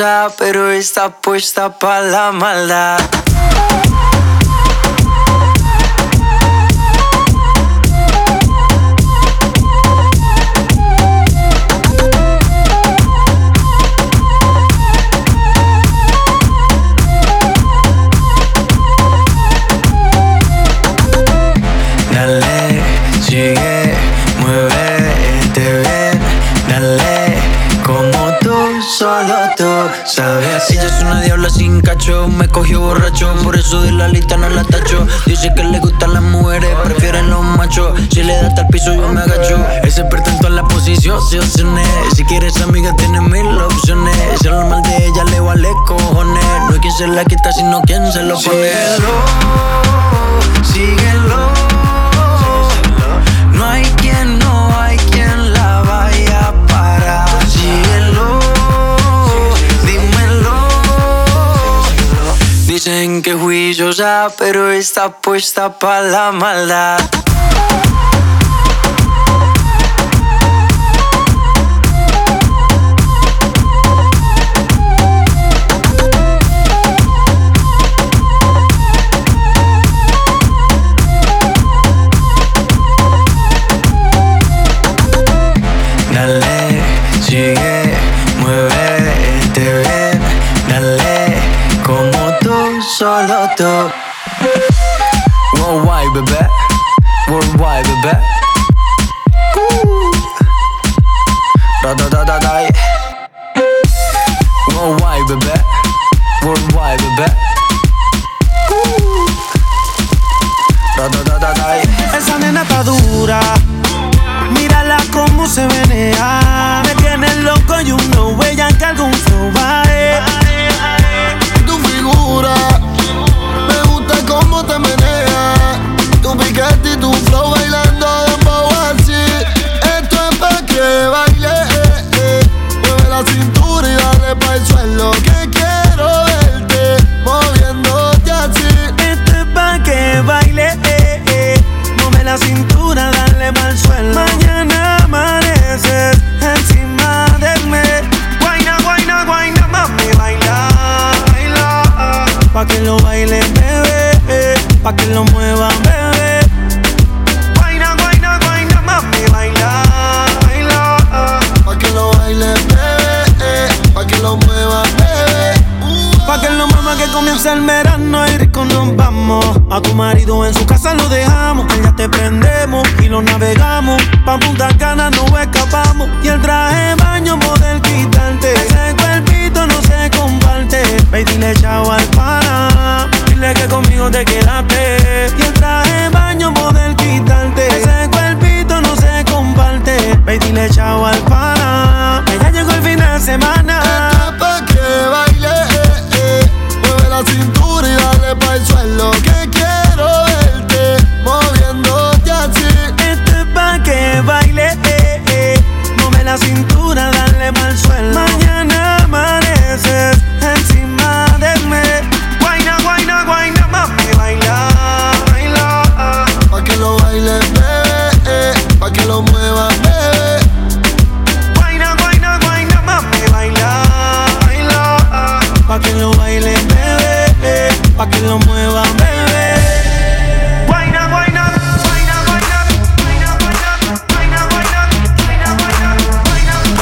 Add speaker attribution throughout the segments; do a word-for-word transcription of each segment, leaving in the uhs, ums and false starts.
Speaker 1: juiciosa, pero está puesta pa' la maldad.
Speaker 2: Dale, sigue, muévete bien. Dale, como tú, solo tú sabes.
Speaker 1: Ella es una diabla sin cacho, me cogió borracho, por eso de la lista no la tacho. Dice que le gustan las mujeres, prefieren los machos. Si le da hasta el piso yo me agacho. Es experta en todas las posiciones. Si quieres amiga tienes mil opciones. Si habla mal de ella le vale cojones. No hay quien se la quita sino quien se lo pone. Síguelo, síguelo. No hay quien, no hay quien la vaya a parar. Síguelo, dímelo. Dicen que juiciosa, pero está puesta pa' la maldad.
Speaker 2: Dale, sigue, muévete bien. Dale, como tú, solo tú.
Speaker 1: Worldwide, bebé. Worldwide, bebé. Uh. Da da da da da. Worldwide, bebé. Worldwide, bebé. Uh. Da da da da da.
Speaker 3: Esa nena está dura. Mírala cómo se menea. Me tiene loco y uno huella que algún flow va.
Speaker 4: Tu figura, me gusta cómo te menea. Tu piquete y tu flow bailando dembow así. Esto es pa' que baile, eh, eh. Mueve la cintura y dale pa' el suelo. Que quiero verte moviéndote así.
Speaker 3: Esto es pa' que baile, eh, eh. Mueve la cintura, dale pa' el suelo. Mañana amaneces encima de mí. Guayna, guayna, guayna, mami, baila, baila. Pa' que lo bailen, bebé, eh. Pa' que lo muevan, bebé. Guayna, guayna, guayna, mami, baila, baila.
Speaker 4: Pa' que lo bailen, bebé, eh. Pa' que lo muevan, bebé. Uh.
Speaker 3: Pa' que lo mueva que comienza el verano y rico nos vamos. A tu marido en su casa lo dejamos. Ya te prendemos y lo navegamos. Pa' Punta Cana no escapamos. Y el traje de baño poder quitarte. Ese cuerpito no se comparte. Ve y dile chao al pana. Dile que conmigo te quedaste. Y el traje de baño poder quitarte. Ese cuerpito no se comparte. Ve y dile chao al pana. Que ya llegó el fin de semana.
Speaker 4: Esto es pa' que baile, eh, eh. Mueve la cintura y dale pa' el suelo. Que quiero verte moviéndote así.
Speaker 3: Esto es pa' que baile, eh, eh. Mueve la cintura, dale pa'l suelo. Mañana amaneces encima de mí. Guayna, guayna, guayna, mami, baila, baila.
Speaker 4: Pa' que lo bailen, bebé, eh. Pa' que lo muevan, bebé.
Speaker 3: Guayna, guayna, guayna, mami, baila, baila. Pa' que lo bailen, bebé, eh. Pa' que lo muevan, bebé. Guayna, guayna, guayna, guayna, guayna, guayna, guayna, guayna, guayna, guayna, guayna.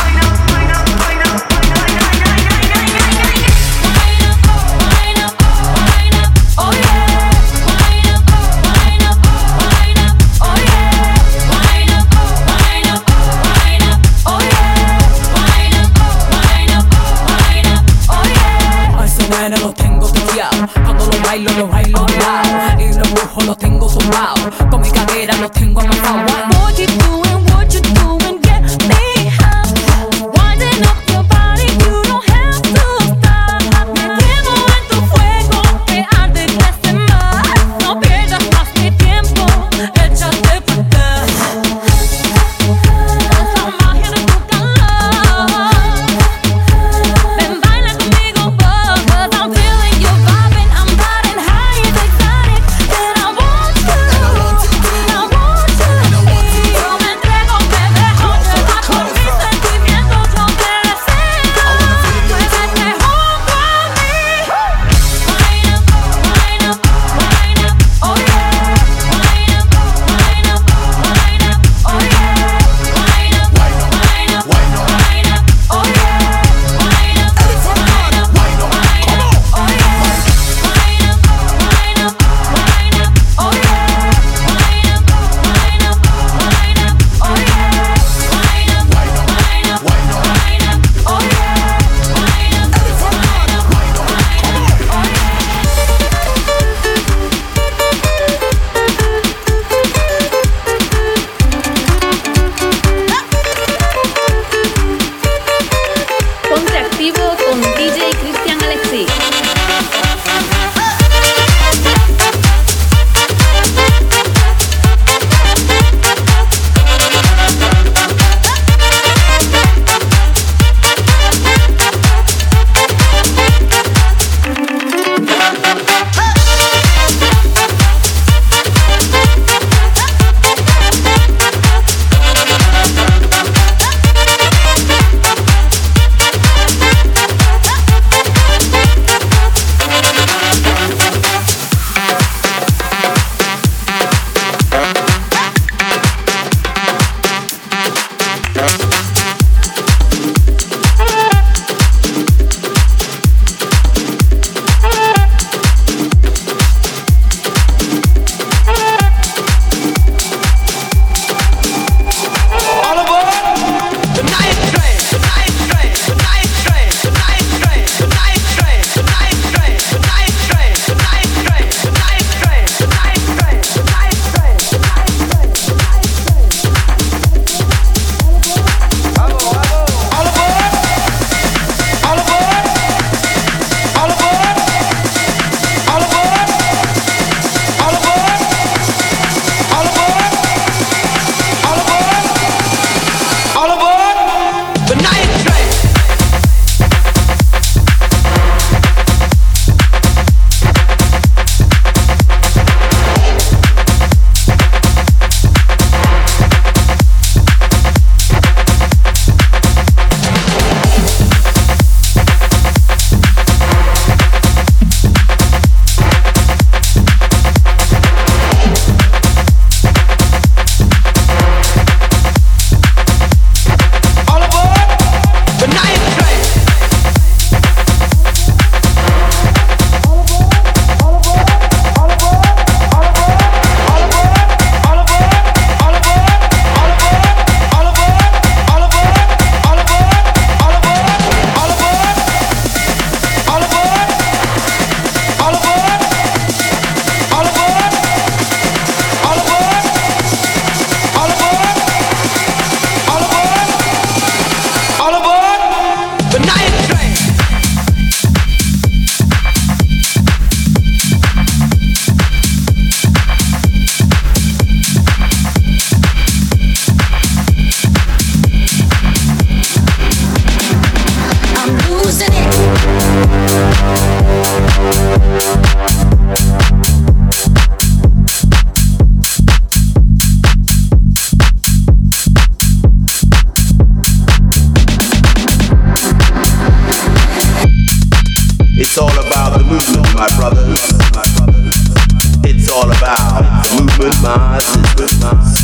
Speaker 5: my brothers. It's all about the movement, my sisters.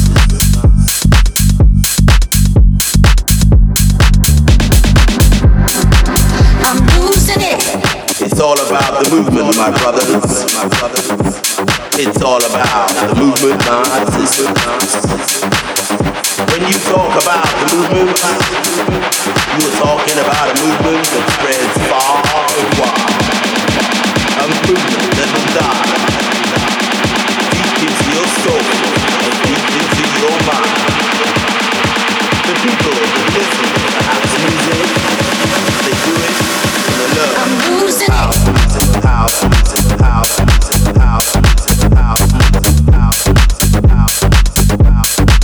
Speaker 4: I'm losing it.
Speaker 5: It's all about the movement, my brothers. It's all about the movement, my sisters. When you talk about the movement, you're talking about a movement that spreads far and wide. A movement that will die deep into your soul and deep into your mind. The people that listen to house music, they do it for the love.
Speaker 4: I'm losing
Speaker 5: house music, house music, house music, house music, house music, house music, house music, house music.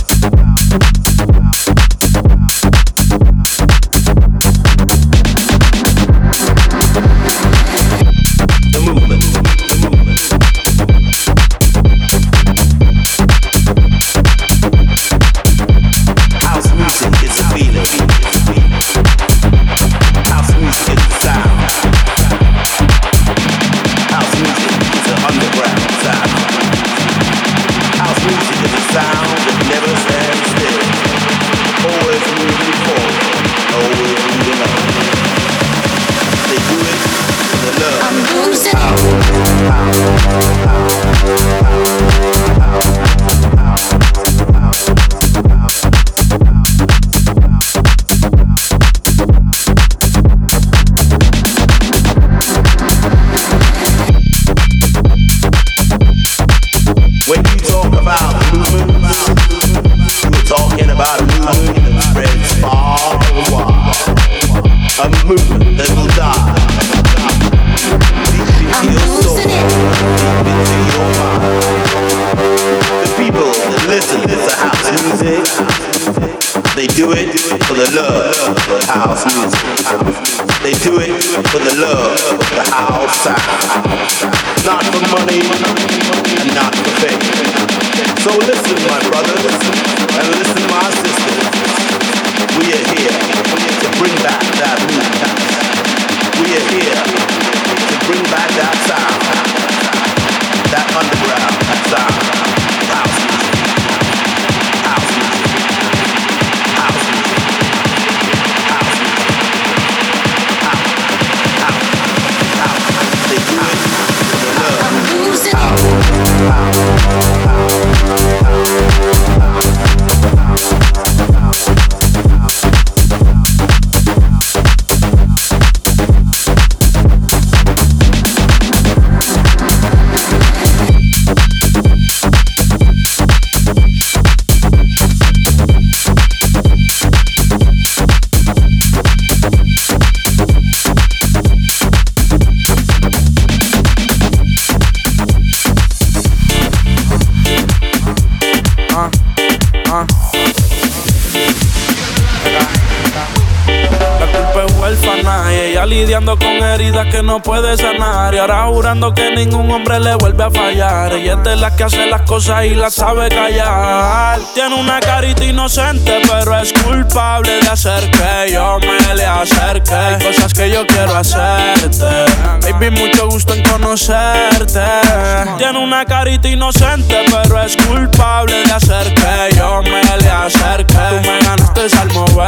Speaker 6: Lidiando con heridas que no puede sanar y ahora jurando que ningún hombre le vuelve a fallar. Ella es de la que hace las cosas y las sabe callar. Tiene una carita inocente pero es culpable de hacer que yo me le acerque. Hay cosas que yo quiero hacerte, baby, mucho gusto en conocerte. Tiene una carita inocente pero es culpable de hacer que yo me le acerque. Tú me ganaste al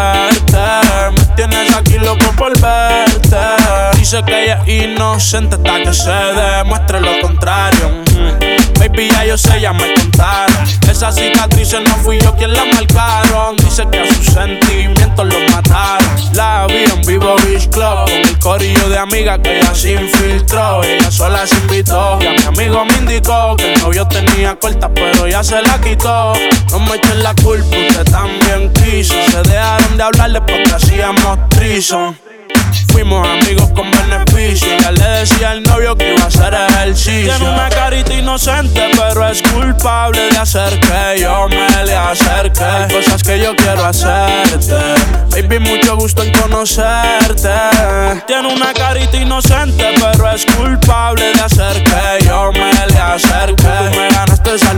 Speaker 6: moverte, me tienes aquí loco por verte. Dice que ella es inocente hasta que se demuestre lo contrario. mm. Baby, ya yo sé, ya me contaron. Esas cicatrices no fui yo quien las marcaron. Dice que a sus sentimientos los mataron. La vi en Vivo Beach Club con el corillo de amigas que ella se infiltró. Ella sola se invitó y a mi amigo me indicó que el novio tenía corta pero ya se la quitó. No me echen la culpa, usted también quiso. Se dejaron de hablarle porque hacíamos trison. Fuimos amigos con beneficio. Ella le decía al novio que iba a hacer ejercicio. Tiene una carita inocente pero es culpable de hacer que yo me le acerque. Hay cosas que yo quiero hacerte, baby, mucho gusto en conocerte. Tiene una carita inocente pero es culpable de hacer que yo me le acerque. Tú me ganaste al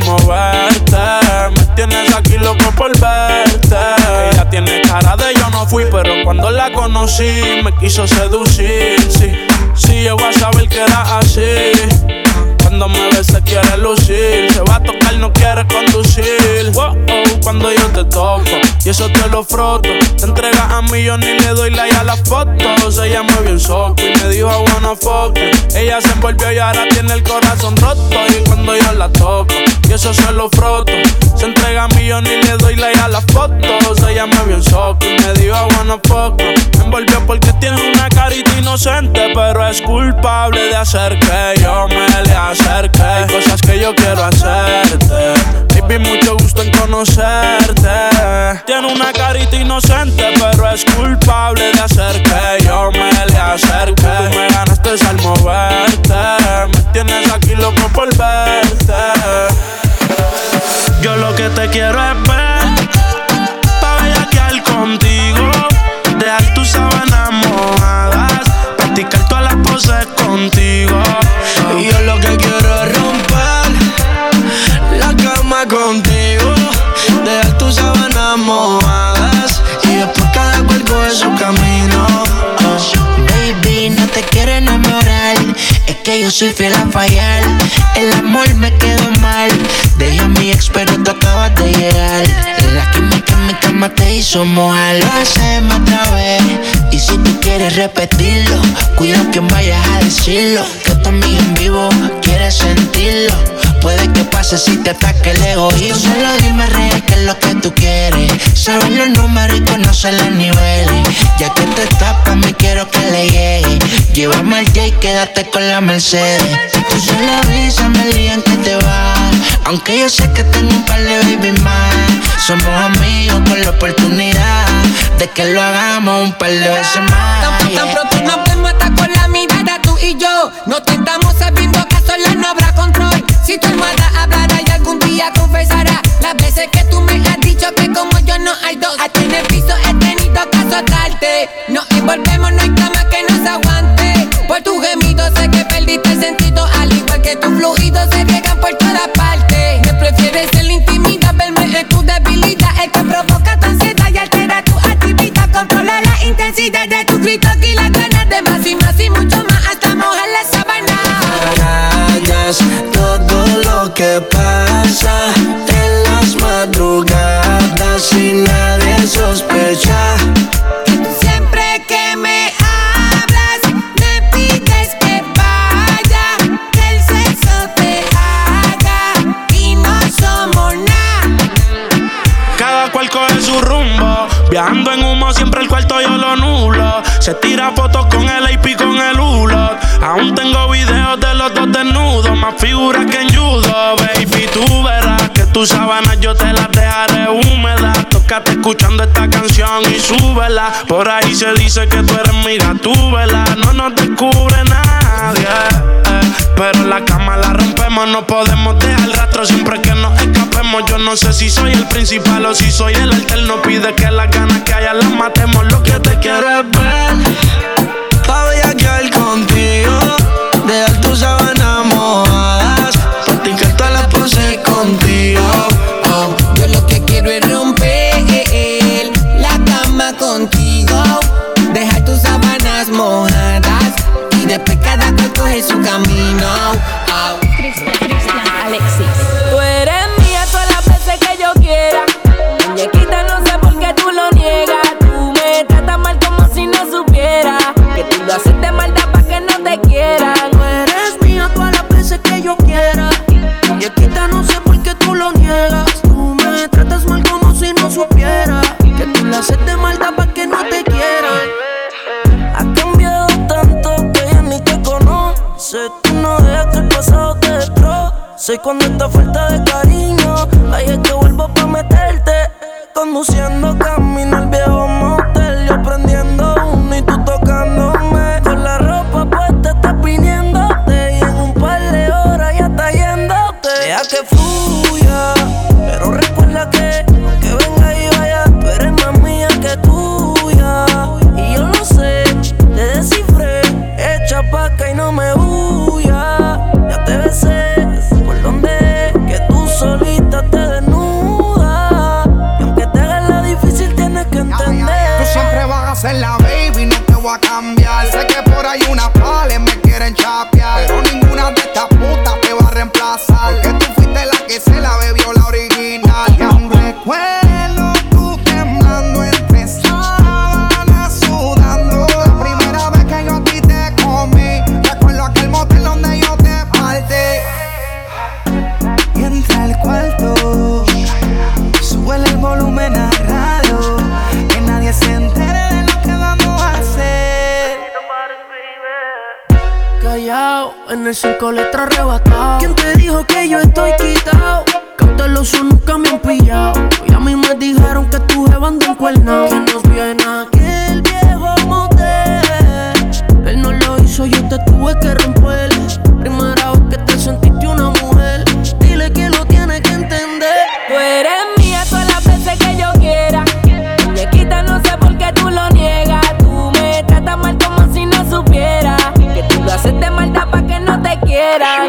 Speaker 6: moverte, me tienes aquí loco por verte. Ella tiene cara de yo no fui, pero cuando la conocí me quiso seducir, sí. Si llego a saber que era así, cuando me ves se quiere lucir, se va a tocar, no quiere conducir. Wow, oh, cuando yo te toco y eso te lo froto, te entregas a mí, yo ni le doy like a las fotos. Ella me vio en soco y me dijo I wanna fuck you. Ella se envolvió y ahora tiene el corazón roto. Y cuando yo la toco y eso se lo froto, se entrega a mí, yo ni le doy like a las fotos. Ella me vio en soco y me dijo I wanna fuck you. Me envolvió porque tiene una carita inocente, pero es culpable de hacer que yo me le acerque. Hay cosas que yo quiero hacerte, baby, mucho gusto en conocerte. Tiene una carita inocente, pero es culpable de hacer que yo me le acerque. Tú me ganaste al moverte, me tienes aquí loco por verte. Yo lo que te quiero es ver, pa' bellaquear contigo, dejar tus sábanas mojadas, practicar todas las poses contigo.
Speaker 2: Y yo lo que quiero es romper la cama contigo, dejar tus sábanas mojadas y después cada cual coge su camino. Oh. Baby, no te quiero enamorar, es que yo soy fiel a fallar. El amor me quedó mal, dejé a mi ex pero tú acabas de llegar. La química en mi cama te hizo mojar. Lo hacemos otra vez y si tú quieres repetirlo, cuida que vayas a decirlo, que tú amigo en vivo quieres sentirlo. Puede que pase si te ataque el egoísmo. Tú solo dime, rey, qué es lo que tú quieres. Sabes los números y conocer los niveles. Ya que te tapas, me quiero que le llegue. Llévame al J y quédate con la Mercedes. Tú solo avísame el día en que te vas, aunque yo sé que tengo un par de baby más. Somos amigos con la oportunidad de que lo hagamos un par de veces más.
Speaker 7: Tan, tan pronto nos vemos hasta con la mirada tú y yo. No te estamos sabiendo que a solas no habrá control. Si tu almohada hablará y algún día confesará las veces que tú me has dicho que como yo no hay dos. A ti en el piso he tenido que azotarte. Nos envolvemos, no hay cama que nos aguante. Por tu gemido sé que perdiste el sentido, al igual que tus fluidos se riegan por todas partes. Me prefieres en la intimidad, verme en tu debilidad, el que provoca tu ansiedad y altera tu actividad. Controla la intensidad de tus gritos y las ganas de más y más y mucho más hasta mojar la sábana.
Speaker 2: Callas todo lo que pasa en las madrugadas y nadie sospecha.
Speaker 7: Siempre que me hablas me pides que vaya, que el sexo te haga y no somos nada.
Speaker 6: Cada cual coge su rumbo, viajando en humo siempre el cuarto yo lo nulo. Se tira fotos con el A P con el Hulot. Aún tengo videos de los dos desnudos, más figuras que en judo. Baby, tú verás que tus sábanas yo te las dejaré húmedas. Tócate escuchando esta canción y súbela. Por ahí se dice que tú eres mi gatúbela. No nos descubre nadie, eh, pero en la cama la rompemos. No podemos dejar rastro siempre que nos escapemos. Yo no sé si soy el principal o si soy el alterno. Pide que las ganas que haya las matemos. Lo que te quiero es ver,
Speaker 2: pa' bellaquear contigo, dejar tus sábanas mojadas, practicar todas las poses contigo.
Speaker 7: Oh, yo lo que quiero es romper la cama contigo, dejar tus sábanas mojadas y después cada cual coge su camino. Oh.
Speaker 8: Cristian Alexis.
Speaker 9: Tú eres mía todas las veces que yo quiera. Muñequita, no sé por qué tú lo niegas. Tú me tratas mal como si no supiera que tú lo haces de maldad pa' que no te quieran.
Speaker 3: Tú eres mía todas las veces que yo quiera. Muñequita, no sé por qué tú lo niegas. Tú me tratas mal como si no supiera que tú lo haces de maldad pa' que no te quieran.
Speaker 9: Has cambiado tanto que ya ni te conoces. Tú no dejas que el pasado te destroce. Cuando esta falta de cariño, ahí es que vuelvo pa' meterte. Conduciendo camino al viejo motel, yo prendiendo uno y tú tocándome. Con la ropa puesta estás viniéndote y en un par de horas ya está yéndote. Deja que fluya, pero recuerda que aunque venga y vaya, tú eres más mía que tuya. Y yo lo sé, te descifré, echa pa' acá y no me huya. Ya te besé, por donde que tú solita te desnuda. Y aunque te hagas la difícil tienes que entender.
Speaker 10: Tú siempre vas a ser la baby, no te voy a cambiar. Sé que por ahí una pala me
Speaker 9: En el cinco letras arrebatado. ¿Quién te dijo que yo estoy quitado? Cauteloso nunca me han pillado. Y a mí me dijeron que tu jeva anda encuernao. Que nos viene aquel viejo motel. Él no lo hizo, yo te tuve que romper. Primera vez que te sentiste una mujer. Dile que lo tiene que entender.
Speaker 10: Tú eres mía todas las veces que yo quiera. Me quita, no sé por qué tú lo niegas. Tú me tratas mal como si no supiera que tú lo haces de maldad pa' que no te quieran.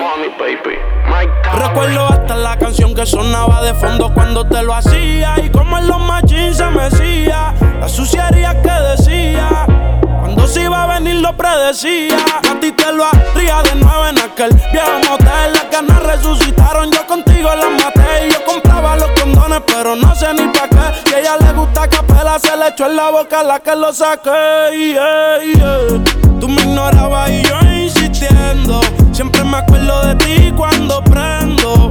Speaker 6: Recuerdo hasta la canción que sonaba de fondo cuando te lo hacía. Y como en los machines se mecía la suciería que decía. Cuando se iba a venir lo predecía. A ti te lo haría de nuevo en aquel viejo motel. Las ganas resucitaron, yo contigo las maté. Y yo compraba los condones, pero no sé ni pa' qué. Y a ella le gusta capela, se le echó en la boca la que lo saqué. Yeah, yeah. Tú me ignorabas y yo insistiendo. Siempre me acuerdo de ti cuando prendo.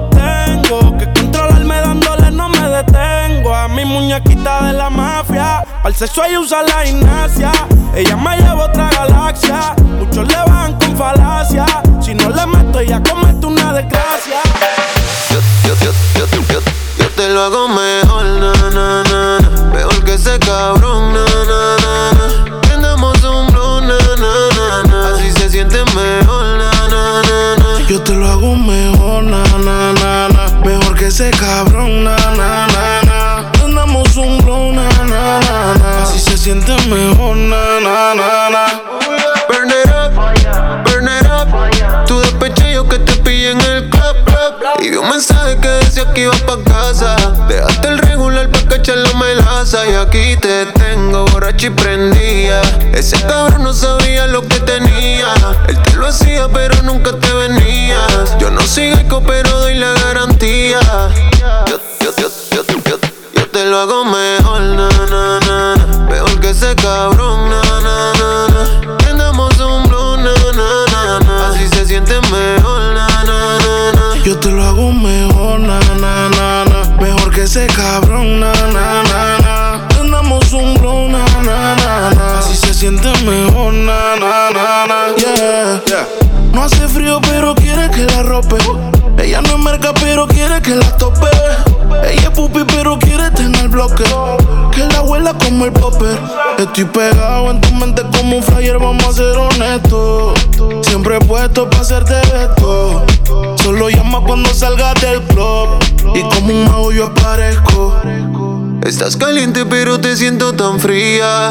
Speaker 6: Tengo que controlarme dándole, no me detengo. A mi muñequita de la mafia, pa'l sexo ella usa la gimnasia. Ella me lleva a otra galaxia. Muchos le van con falacia. Si no le meto, ella comete una desgracia.
Speaker 11: Yo, yo, yo, yo, yo, yo, yo te lo hago mejor, na, na, na, na. Mejor que ese cabrón, na, na, na, na. Prendamos un blow, na, na, na, na. Así se siente mejor, na, na, na, na.
Speaker 2: Yo te lo hago mejor, na, na, na, na. Mejor que ese cabrón, na, na, na, na. Prendamos un blow, na, na, na, na. Así se siente mejor, na, na, na, na.
Speaker 11: Burn it up, burn it up. Tu despecho yo que te pillé en el club, club. Y vi un mensaje que decía que ibas pa' casa. Dejaste el regular pa' cachar la melaza. Y aquí te tengo borracho y prendía. Ese cabrón no sabía lo que tenía. Él te lo hacía pero nunca te venías. Yo no soy eco pero doy la garantía. Yo, yo, yo, yo, yo, yo, yo te lo hago mejor, na, na, na, na. Mejor que ese cabrón, na, na, na, na. Prendamos un blow, na, na, na, na. Así se siente mejor, na, na, na, na.
Speaker 2: Yo te lo hago mejor, na, na, na, na. Mejor que ese cabrón, na, na, na, na. Prendamos un blow, na, na, na, na. Así se siente mejor, na, na, na, na. Yeah, yeah. No hace frío pero quiere que la rope. Ella no es merca pero quiere que la tope. Ella es pupi pero quiere tener bloque. Que la huela como el popper. Estoy pegado en tu mente como un flyer, vamos a ser honestos. Siempre puesto pa' hacerte esto. Solo llama cuando salgas del club. Y como un mago yo aparezco.
Speaker 11: Estás caliente pero te siento tan fría.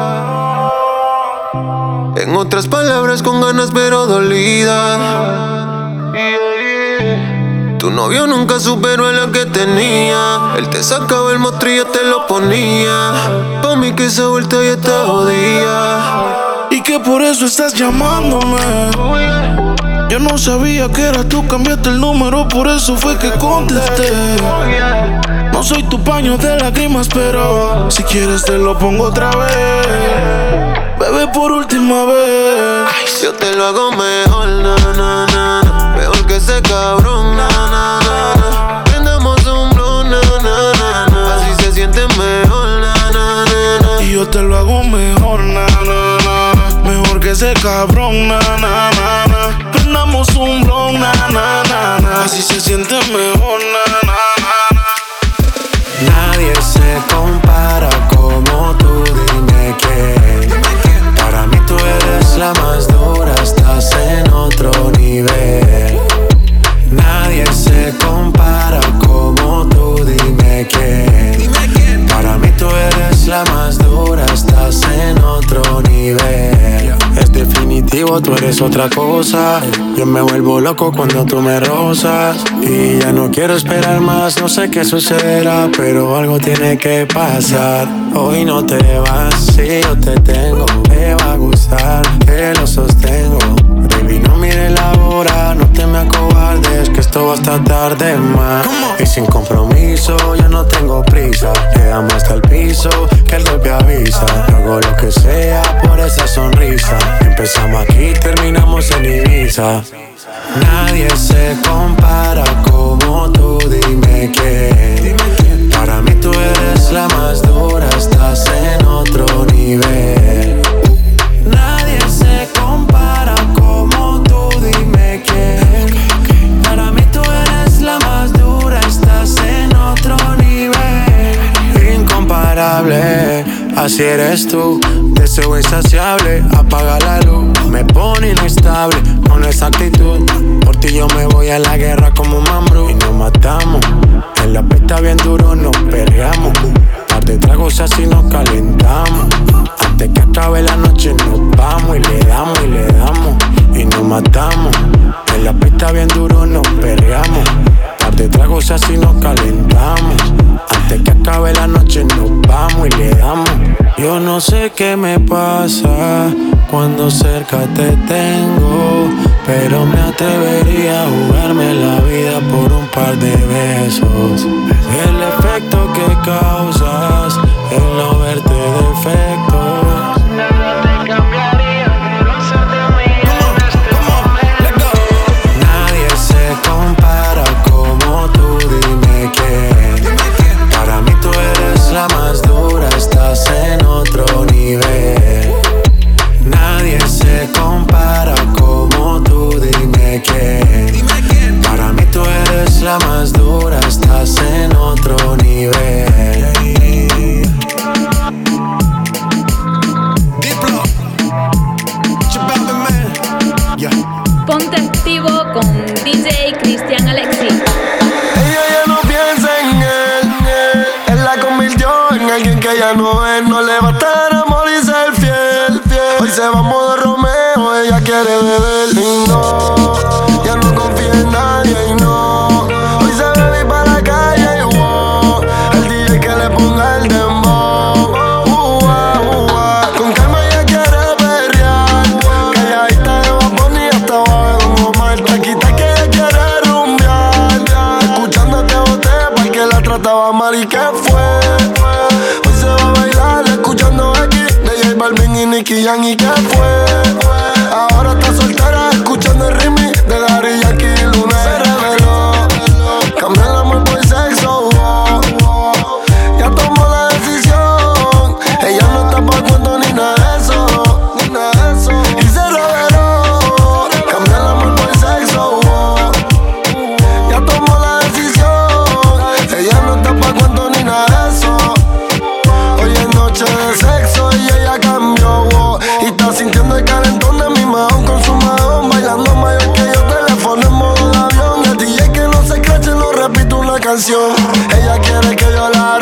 Speaker 11: En otras palabras con ganas pero dolida. Tu novio nunca superó a la que tenía. Él te sacaba el mostrillo, te lo ponía. Pa' mí que esa vuelta ya está jodida.
Speaker 2: Y que por eso estás llamándome. Yo no sabía que eras tú, cambiaste el número, por eso fue que contesté. No soy tu paño de lágrimas, pero si quieres te lo pongo otra vez. Bebé, por última vez.
Speaker 11: Yo te lo hago mejor, na, na, na, na. Mejor que ese cabrón, na, na, na, na. Prendamos un blow, na, na, na, na. Así se siente mejor, na, na, na, na.
Speaker 2: Y yo te lo hago mejor, na, na, na, na. Mejor que ese cabrón, na, na, na, na. Prendamos un blow, na, na, na, na. Así se siente mejor, na, na, na, na.
Speaker 12: Nadie se compara como tú, dime quién. Para mí tú eres la más dura, estás en otro nivel. Nadie se compara como tú, dime quién. Para mí tú eres la más dura, estás en otro nivel. Es definitivo, tú eres otra cosa. Yo me vuelvo loco cuando tú me rozas. Y ya no quiero esperar más, no sé qué sucederá, pero algo tiene que pasar. Hoy no te vas, si yo te tengo, me va a gustar, que lo sostengo. Baby, no mires la hora, no te me acobardes, que esto va hasta tarde más. Y sin compromiso, yo no tengo prisa. Llegamos hasta el piso, que el golpe avisa. Hago lo que sea por esa sonrisa. Empezamos aquí, terminamos en Ibiza. Nadie se compara como tú, dime quién. Para mí tú eres la más dura, estás en otro nivel. Nadie se compara como tú, dime imparable, así eres tú. Deseo insaciable, apaga la luz. Me pone inestable con esa actitud. Por ti yo me voy a la guerra como un mambrú. Y nos matamos, en la pista bien duro nos perreamos. Par de tragos así nos calentamos. Antes que acabe la noche nos vamos y le damos y le damos. Y nos matamos, en la pista bien duro nos perreamos. Par de tragos así nos calentamos. Antes que acabe la noche nos vamos y le damos. Yo no sé qué me pasa cuando cerca te tengo, pero me atrevería a jugarme la vida por un par de besos. El efecto que causas, el no verte defectos. Nada te cambiaría, no sé de mí en este momento. Nadie se compara como tú, dime quién. Para mí tú eres la más dura, estás en otro nivel. Nadie se compara como tú, dime quién. Para mí tú eres la más dura, estás en otro nivel. Diplo,
Speaker 8: Ponte activo con D J Cristian Alexis.
Speaker 13: Ella ya no piensa en él, él la convirtió en alguien que ya no es. No le va a estar amor y ser fiel, fiel. Hoy se va a modo Romeo, ella quiere beber y no, ya no confía en nadie y no. Hoy se bebe para la calle y wow, el D J que le ponga el dembow. Uh, uh, uh, con calma ella quiere perrear, calladita de Bad Bunny hasta abajo de Omar. Taquita que ella quiere rumbear, escuchándote boté porque la trataba mal y que fue. Hoy se va a bailar escuchando aquí de J Balvin y Nicky Jam y que fue. Ahora está soltera escuchando el remix de Daddy Yankee y Luna. Se reveló, cambió el amor por sexo, oh, oh. Ya tomó la decisión, ella no está pa' cuento ni nada de eso, ni nada de eso. Y se reveló, cambió el amor por sexo, oh. Ya tomó la decisión, ella no está pa' cuento ni nada de eso. Hoy es noche de sexo y ella cambió, oh. Y está sintiendo el calentón de mi mahón con su mahón, bailando mayor que yo, teléfono en modo de avión. El D J que no se escrache, no repito una canción. Ella quiere que yo la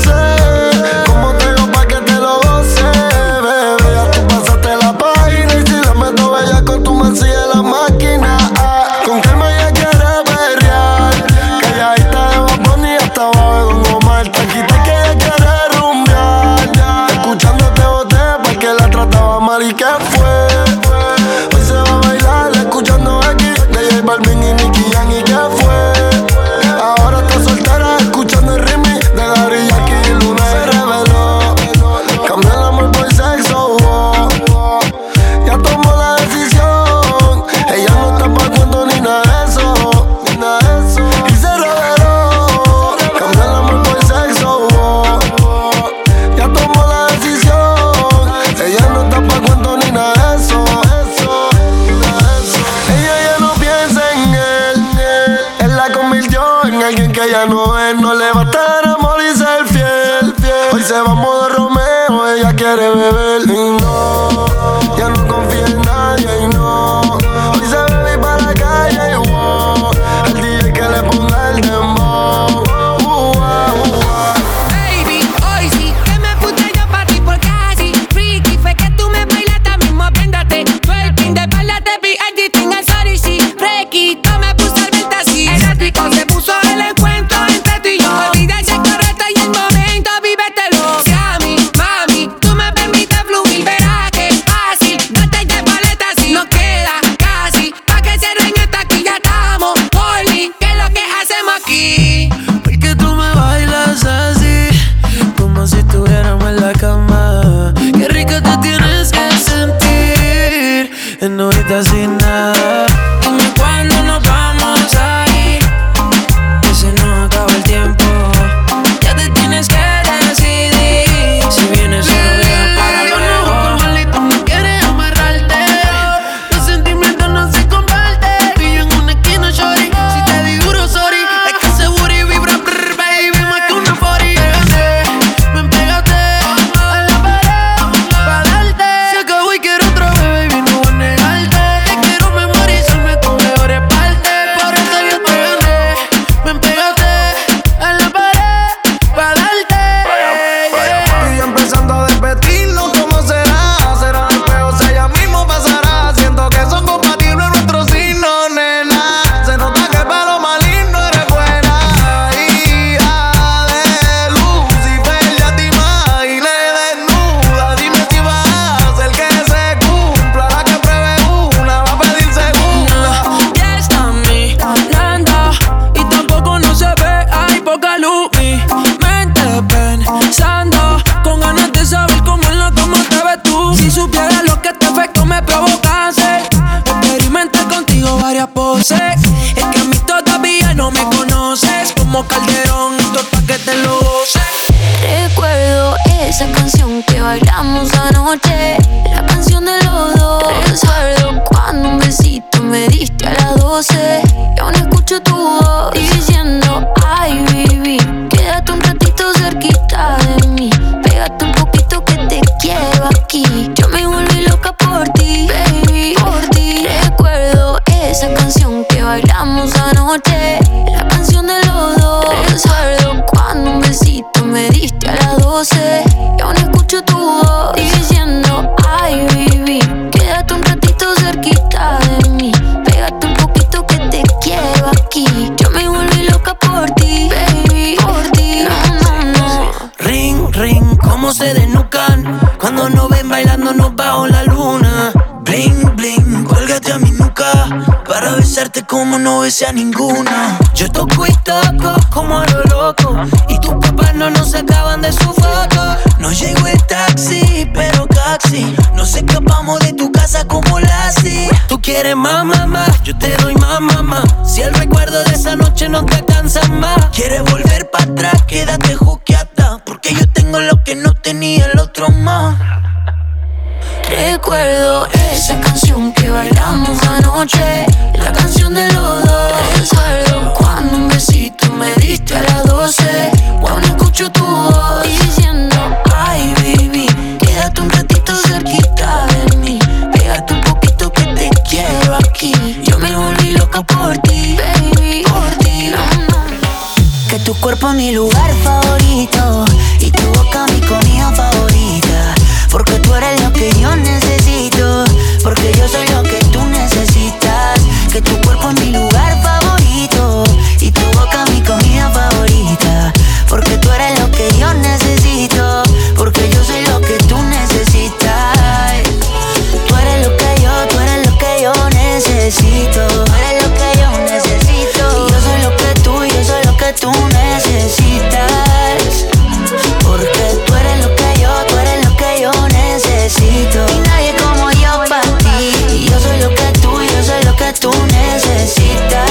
Speaker 13: roce, como te digo pa' que te lo goce, bebé. Ya tú pasaste la página y si la meto bella con tu man sigue la máquina, ah. Con calma ella quiere perrear, calladita de Bad Bunny hasta abajo de Don Omar. Taquita que ella quiere rumbear, escuchándote boté porque la trataba mal y que fue. Hoy se va a bailar escuchando aquí de J Balvin y Nicky Jam y que fue. Ahora está soltera escuchando el remix de Daddy Yankee y Luna. Se reveló, cambió el amor por sexo, oh, oh. Ya tomó la decisión, ella no está pa' cuento ni nada de eso, ni nada de eso. Y se reveló, cambió el amor por sexo, oh, oh. Ya tomó la decisión, ella no está pa' cuento ni nada de eso, eso, nada de eso. Ella ya no piensa en él, él, él la convirtió en alguien que ya no es. No le va a estar amor y ser fiel, fiel. Hoy se va a modo Romeo, ella quiere beber y no, ya no confía en nadie y no. Hoy se bebe para la calle y wow, el D J que le ponga el dembow. Uh, uh, uh.
Speaker 7: Baby, hoy sí que me puse yo pa' ti por casi. Freaky, fue que tú me bailaste, mismo apréndate. Twerking, de espalda te vi editing al sorry, sí. Freaky, tú me puse al verte así. Eléctrico se puso el encuentro entre tú y yo. Olvídate el correcto y el momento, vívetelo. Si a mí, mami, tú me permites
Speaker 9: me provocase. Experimenté contigo varias poses. Es que a mí todavía no me conoces. Como Calderón, esto es pa' que te lo goces.
Speaker 14: Recuerdo esa canción que bailamos anoche, la canción de los dos. Recuerdo cuando un besito me diste a las doce. Y aún escucho tu voz diciendo, ay, baby, quédate un ratito cerquita de mí. Pégate un poquito que te quiero aquí. Yo me volví loca por ti, baby, por ti. Recuerdo esa canción que bailamos anoche, la canción de los dos. Recuerdo cuando un besito me diste a las doce. Y aún escucho tu voz diciendo, ay, baby, quédate un ratito cerquita de mí. Pégate un poquito que te quiero aquí. Yo me volví loca por ti, baby, por ti. No, no, no.
Speaker 9: Ring, ring, cómo se desnucan cuando nos ven bailándonos bajo la luna. Bling, bling, cuélgate a mi nuca para besarte como no besé a ninguna. Yo toco y toco como a lo loco y tus papás no nos sacaban de su foto. No llegó el taxi, pero taxi. Nos escapamos de tu casa como Lassie. Tú quieres más, mamá, yo te doy más, mamá. Si el recuerdo de esa noche no te cansa más. Quieres volver para atrás, quédate juqueada, porque yo tengo lo que no tenía el otro más.
Speaker 14: Recuerdo esa canción que bailamos anoche, la canción de los dos. Recuerdo cuando un besito me diste a las doce. Cuando escucho tu voz diciendo, ay, baby, quédate un ratito cerquita de mí. Pégate un poquito que te quiero aquí. Yo me volví loca por ti, baby, por ti. No, no.
Speaker 15: Que tu cuerpo es mi lugar favorito y tu boca mi comida favorita. Porque tú eres lo que yo necesito, porque yo soy lo que tú necesitas. Que tu cuerpo es mi lugar favorito y tu boca mi comida favorita. Porque tú eres lo que yo necesito, porque yo soy lo que tú necesitas. Tú eres lo que yo, tú eres lo que yo necesito. Tú eres lo que yo necesito. Y yo soy lo que tú, yo soy lo que tú necesitas. Porque tú eres lo que yo, tú eres lo que yo necesito. Y nadie como yo para ti. Y yo soy lo que tú, yo soy lo que tú necesitas.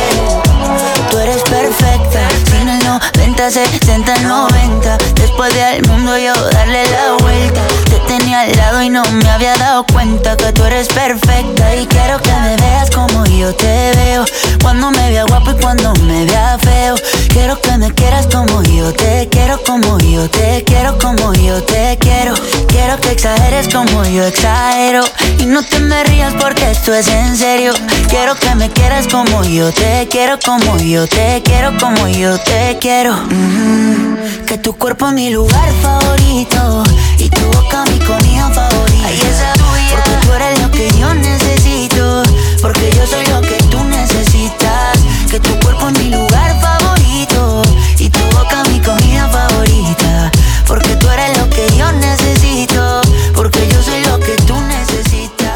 Speaker 15: Tú eres perfecta. En el noventa, setenta, noventa. Después de al mundo yo darle la vuelta. Te tenía al lado y no me había dado cuenta que tú eres perfecta. Y quiero que me veas como yo te veo. Cuando me vea guapo y cuando me vea feo. Quiero que me quieras como yo te quiero, como yo te quiero, como yo te quiero. Quiero que exageres como yo exagero. Y no te me rías porque esto es en serio. Quiero que me quieras como yo te quiero, como yo te quiero, como yo te quiero. Mm-hmm. Que tu cuerpo es mi lugar favorito y tu boca mi comida favorita. Ay, esa tuya. Porque tú eres lo que yo necesito, porque yo soy lo que tú necesitas. Que tu cuerpo es mi lugar favorito y tu boca mi comida favorita. Porque tú eres lo que yo necesito, porque yo soy lo que tú necesitas.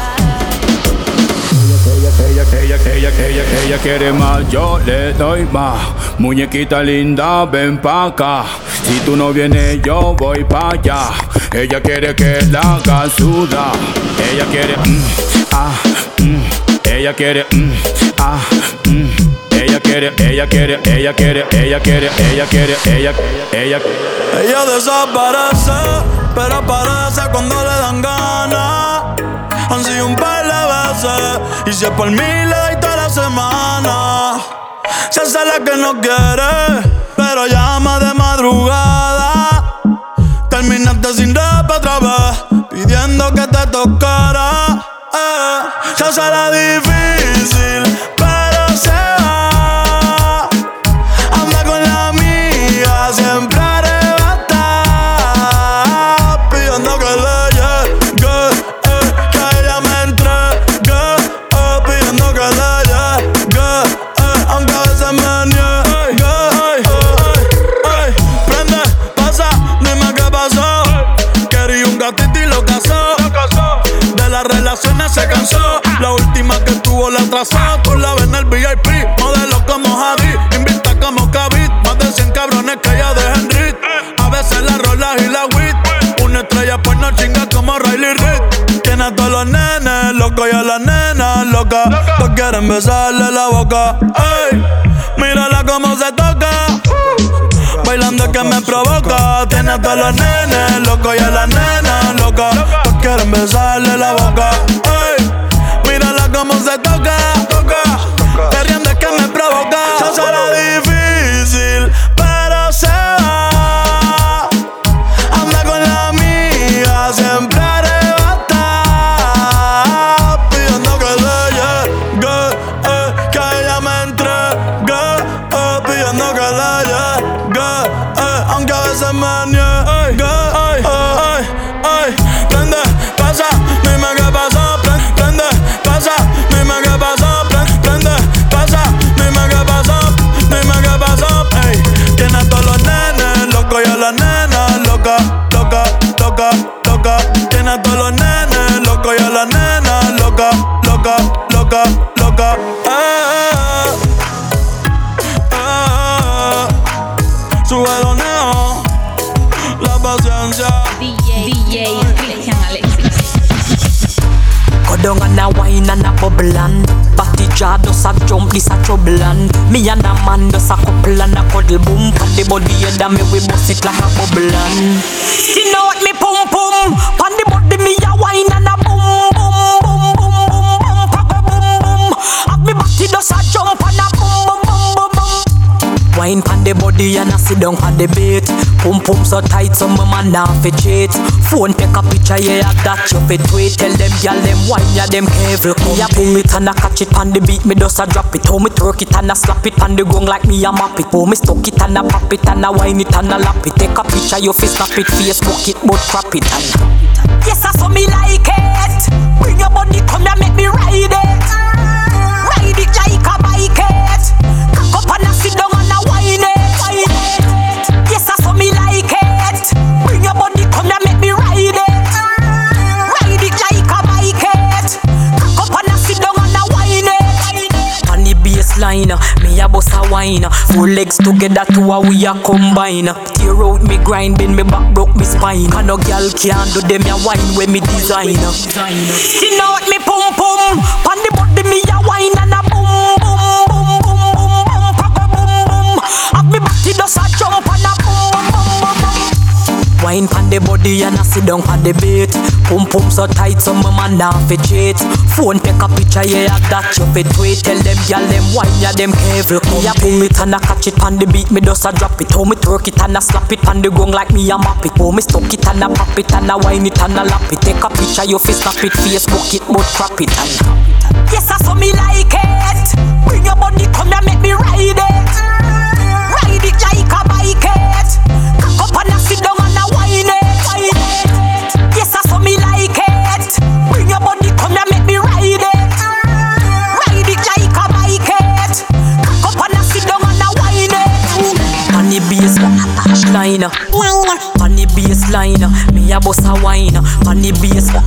Speaker 16: Ella, ella, ella, ella, ella quiere más, yo le doy más. Muñequita linda, ven pa' acá. Si tú no vienes, yo voy pa' allá. Ella quiere que la haga sudar. Ella quiere, mm, ah, mm. Ella quiere, mm, ah, mm. Ella quiere, ella quiere, ella quiere, ella quiere, ella quiere, ella, ella,
Speaker 6: ella desaparece, pero aparece cuando le dan ganas. Han sido un par de veces, y si es por mí le doy toda la semana. Se hace la que no quiere, pero llama de madrugada. Terminaste sin rap otra vez, pidiendo que te tocara. Eh, se hace la difícil, pero se va. Anda con la amiga, siempre arrebata, pidiendo que le llegue, eh, que ella me entregue, eh, pidiendo que le llegue, eh, aunque a veces me niegue. Ey, ey, ey. Prende, pasa, dime qué pasó. Quería un gatito y lo casó. De las relaciones se cansó. La última que tuvo la atrasó. Tú la ves en el V I P, modelo como Javi, invita como Kavit. Más de cien cabrones que ella deja en rit. A veces la rolas y la wit. Una estrella pues no chinga como Riley Reid. Tiene a todos los nenes loca. Todos quieren besarle la boca. Ey, mírala cómo se toca. Bailando que me provoca. Tiene a todos los nenes locos y a las nenas locas. Todos quieren besarle la boca. Ey, mírala cómo se toca. Perreando es que me provoca. Se será difícil, pero se va. Anda con la amiga, siempre arrebata. Pidiendo que le llegue, eh, que ella me entregue, eh, pidiendo que le llegue, eh, aunque a veces me niegue. Ay, ay, ay, prende, pasa, dime qué pasa. Prende, pasa, dime qué pasa. Prende, pasa, dime qué pasa. Dime qué pasa, ey. Tiene a todos los nenes locos y a las nenas locas. Loca, loca, loca. Tiene a todos los nenes locos y a las nenas locas. Loca, loca, loca. Eh, eh, eh. Sube doneo, la paciencia.
Speaker 8: D J, D J Christian Alexis.
Speaker 17: Go down and a wine and a bubble and Batty jaw does a jump, this a trouble and me and a man does a couple and a cuddle boom. Pan the body head and me we bust it like a bubble and you know what me pum pum. Pan the body me a wine and a boom boom boom boom boom boom papa boom boom. Have me batty does a jump and a boom boom boom boom boom. Wine pan the body and a sit down on the bait. Pum pum so tight so my man now fi cheat. Phone take a picture, yeah, that you fit tweet. Tell them, y'all, them wine, yeah, them careful. Me a pull it and a catch it on the beat, me just a drop it. How me twerk it and a slap it on the gong like me a map it. How me stuck it and a pop it and a wine it and a lap it. Take a picture, you fi snap it, Facebook it, but crap it and yes, I saw me like it. Bring your body, come here, make me ride it. Ride it like a bike it. Cock up and a sit down and a wine it. Wine it. Yes, I saw me like it. Bring your body, come here, make me ride it. Ride it like a bike it. Cock up and a sit down and a wine it. On the baseline, me a bust a wine. Four legs together, two a we a combine. Tear out me grind, bend me back, broke me spine. And no girl can do them a wine when me design. You know what me pum pum. On the body me a wine and a boom boom boom boom boom boom papa boom boom. Have me body does a jump and a boom boom boom boom. Wine pan the body and a sit down on the bait. Pum pum so tight so my man now fi cheat. Phone take a picture, yeah, that you fi tweet. Tell them, y'all, them wine, yeah, them careful. Me a pull it and a catch it on the beat, me just a drop it. How me twerk it and a slap it on the gong like me a map it. How me stuck it and a pop it and a wine it and a lap it. Take a picture, you fi snap it, Facebook it, but crap it and yes, I saw me like it. Bring your body, come here, make me ride it. Ride it like a bike it. Cock up and a sit down and a wine it. Wine it. Yes, I saw me like it. Bring your body, come here, make me ride it. Ride it like a bike it. Cock up and a sit down and a wine it. On the baseline, on the baseline, me a bust a wine. On the baseline,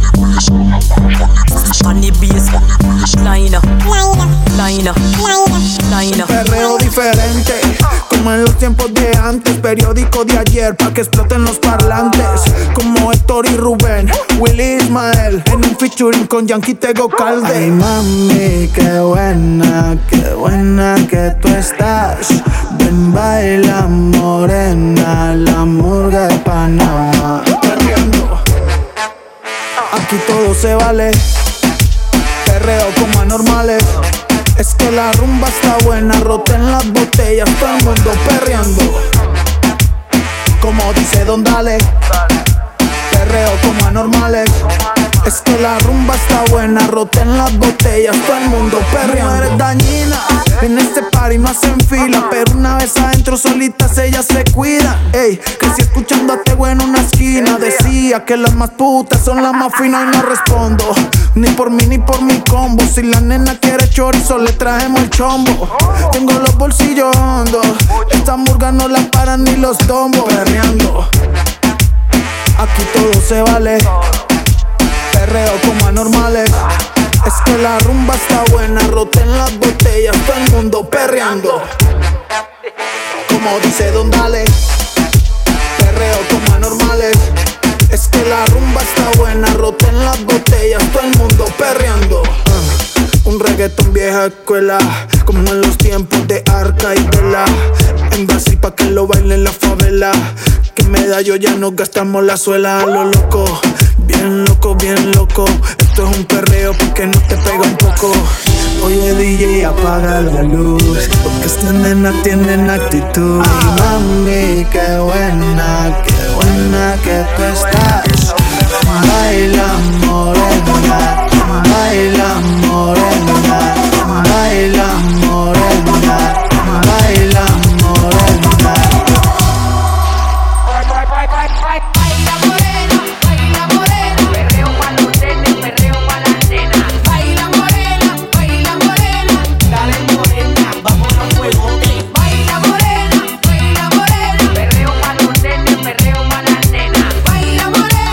Speaker 17: on the baseline, line, line.
Speaker 18: Perreo diferente, como en los tiempos de antes. Periódico de ayer, pa' que exploten los parlantes. Como Héctor y Rubén, Willy Ismael. En un featuring con Yankee Tego Calde. Ay mami, qué buena, qué buena que tú estás. Ven baila morena, la murga de Panamá. Aquí todo se vale, perreo como anormales. Es que la rumba está buena, roten las botellas, todo el mundo perreando. Como dice Don Dale, perreo como anormales. Es que la rumba está buena, roten las botellas, todo el mundo perreando. No eres dañina, en este party no hacen fila, pero una vez adentro solitas ellas se cuidan. Ey, crecí escuchando a Tego en una esquina. Decía que las más putas son las más finas y no respondo. Ni por mí ni por mi combo. Si la nena quiere chorizo le traemos el chombo. Tengo los bolsillos hondos, esta murga no la paran ni los tombos. Perreando, aquí todo se vale, perreo como anormales. Es que la rumba está buena, roten las botellas, todo el mundo perreando. Como dice Don Dale, perreo como anormales. Es que la rumba está buena, roten las botellas, todo el mundo perreando. uh, Un reggaetón vieja escuela, como en los tiempos de Arca y Vela. En Brasil pa' que lo bailen la favela. Que medallo ya nos gastamos la suela a lo loco. Bien loco, bien loco. Esto es un perreo porque no te pega un poco. Oye D J, apaga la luz, porque esta nena tienen actitud. Ay, mami, qué buena, qué buena que tú estás. Baila morena, baila morena, baila morena, baila morena.
Speaker 7: Baila morena, baila morena, perreo pa' los nenes, perreo pa' las nenas. Baila morena, baila morena, dale morena, vámonos a fuego. Baila morena, baila morena, perreo pa' los nenes, perreo pa' las nenas. Baila morena.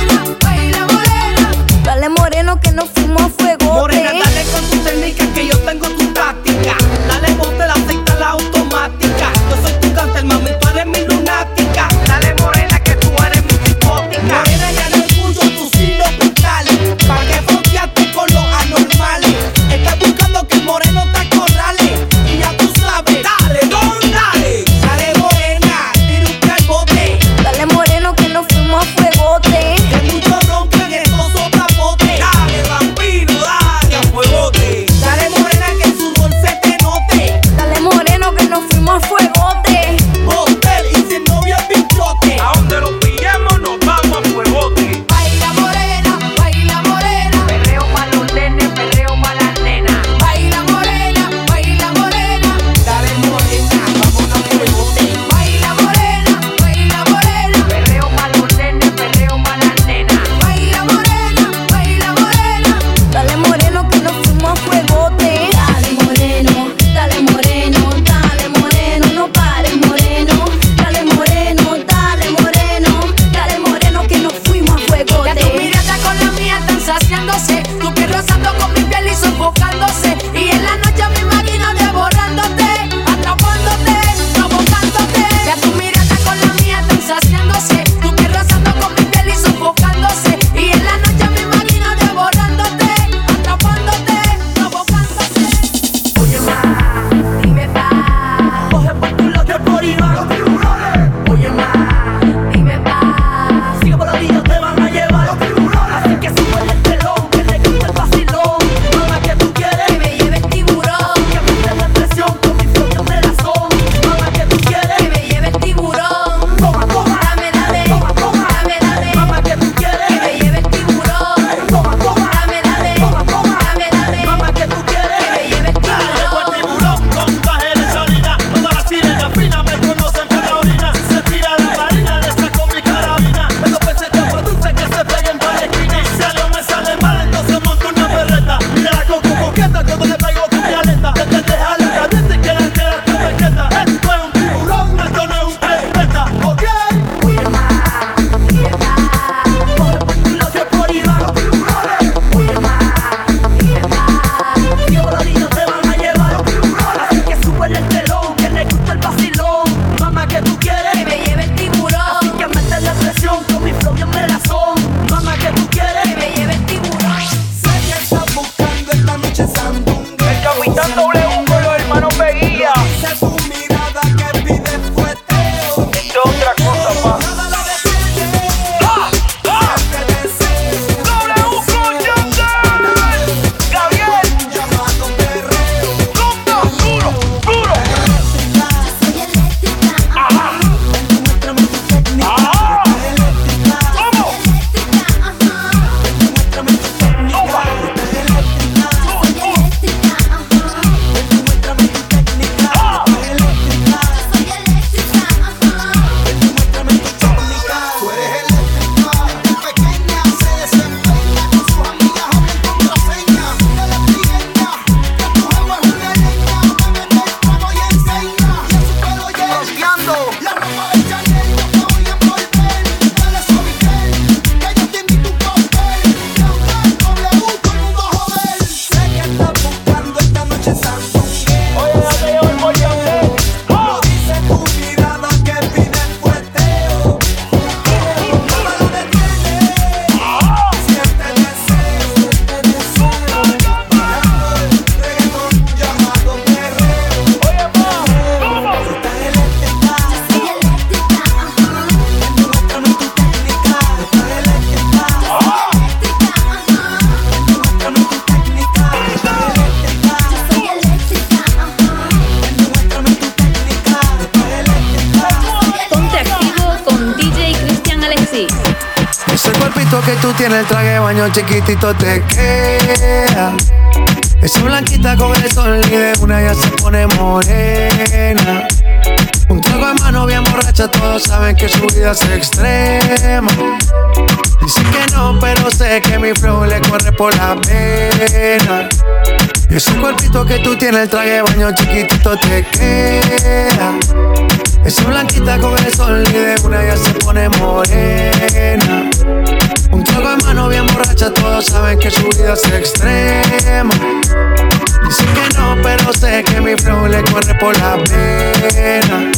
Speaker 19: cuerpito que tú tienes, el traje de baño chiquitito te queda. Esa blanquita con el sol y de una ya se pone morena. Un trago de mano bien borracha, todos saben que su vida es extrema. Dice que no, pero sé que mi flow le corre por la pena. Y ese cuerpito que tú tienes, el traje de baño chiquitito te queda. Esa blanquita con el sol y de una ya se pone morena. Un trago de mano bien borracha, todos saben que su vida es extrema. Dicen que no, pero sé que mi flow le corre por la pena.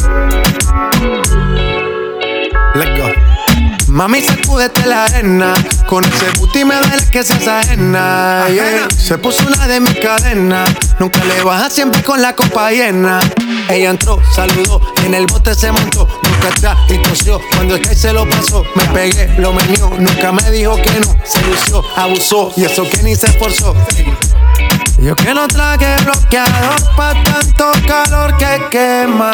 Speaker 19: Let's go. Mami, sacúdete la arena. Con ese booty me duele que seas ajena, yeah. Se puso una de mis cadenas. Nunca le baja, siempre con la copa llena. Ella entró, saludó y en el bote se montó. Nunca atrás y tosió, cuando el que se lo pasó. Me pegué, lo menió, nunca me dijo que no. Se lució, abusó y eso que ni se esforzó. Yo que no traje bloqueador pa' tanto calor que quema.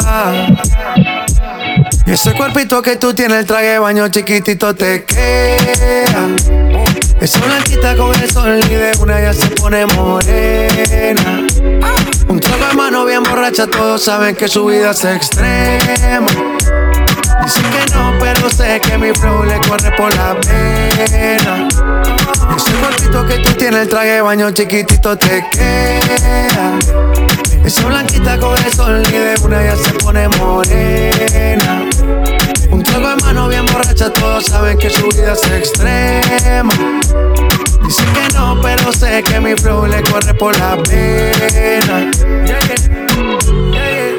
Speaker 19: Y ese cuerpito que tú tienes, el traje de baño chiquitito te queda. Esa blanquita con el sol y de una ya se pone morena. Un trago de mano bien borracha, todos saben que su vida es extrema. Dicen que no, pero sé que mi flow le corre por la pena. Ese cuerpito que tú tienes, el traje de baño chiquitito te queda. Esa blanquita con el sol y de una ya se pone morena. Un trago de mano bien borracha, todos saben que su vida es extrema. Dicen que no, pero sé que mi flow le corre por la pena. Yeah, yeah. Yeah, yeah.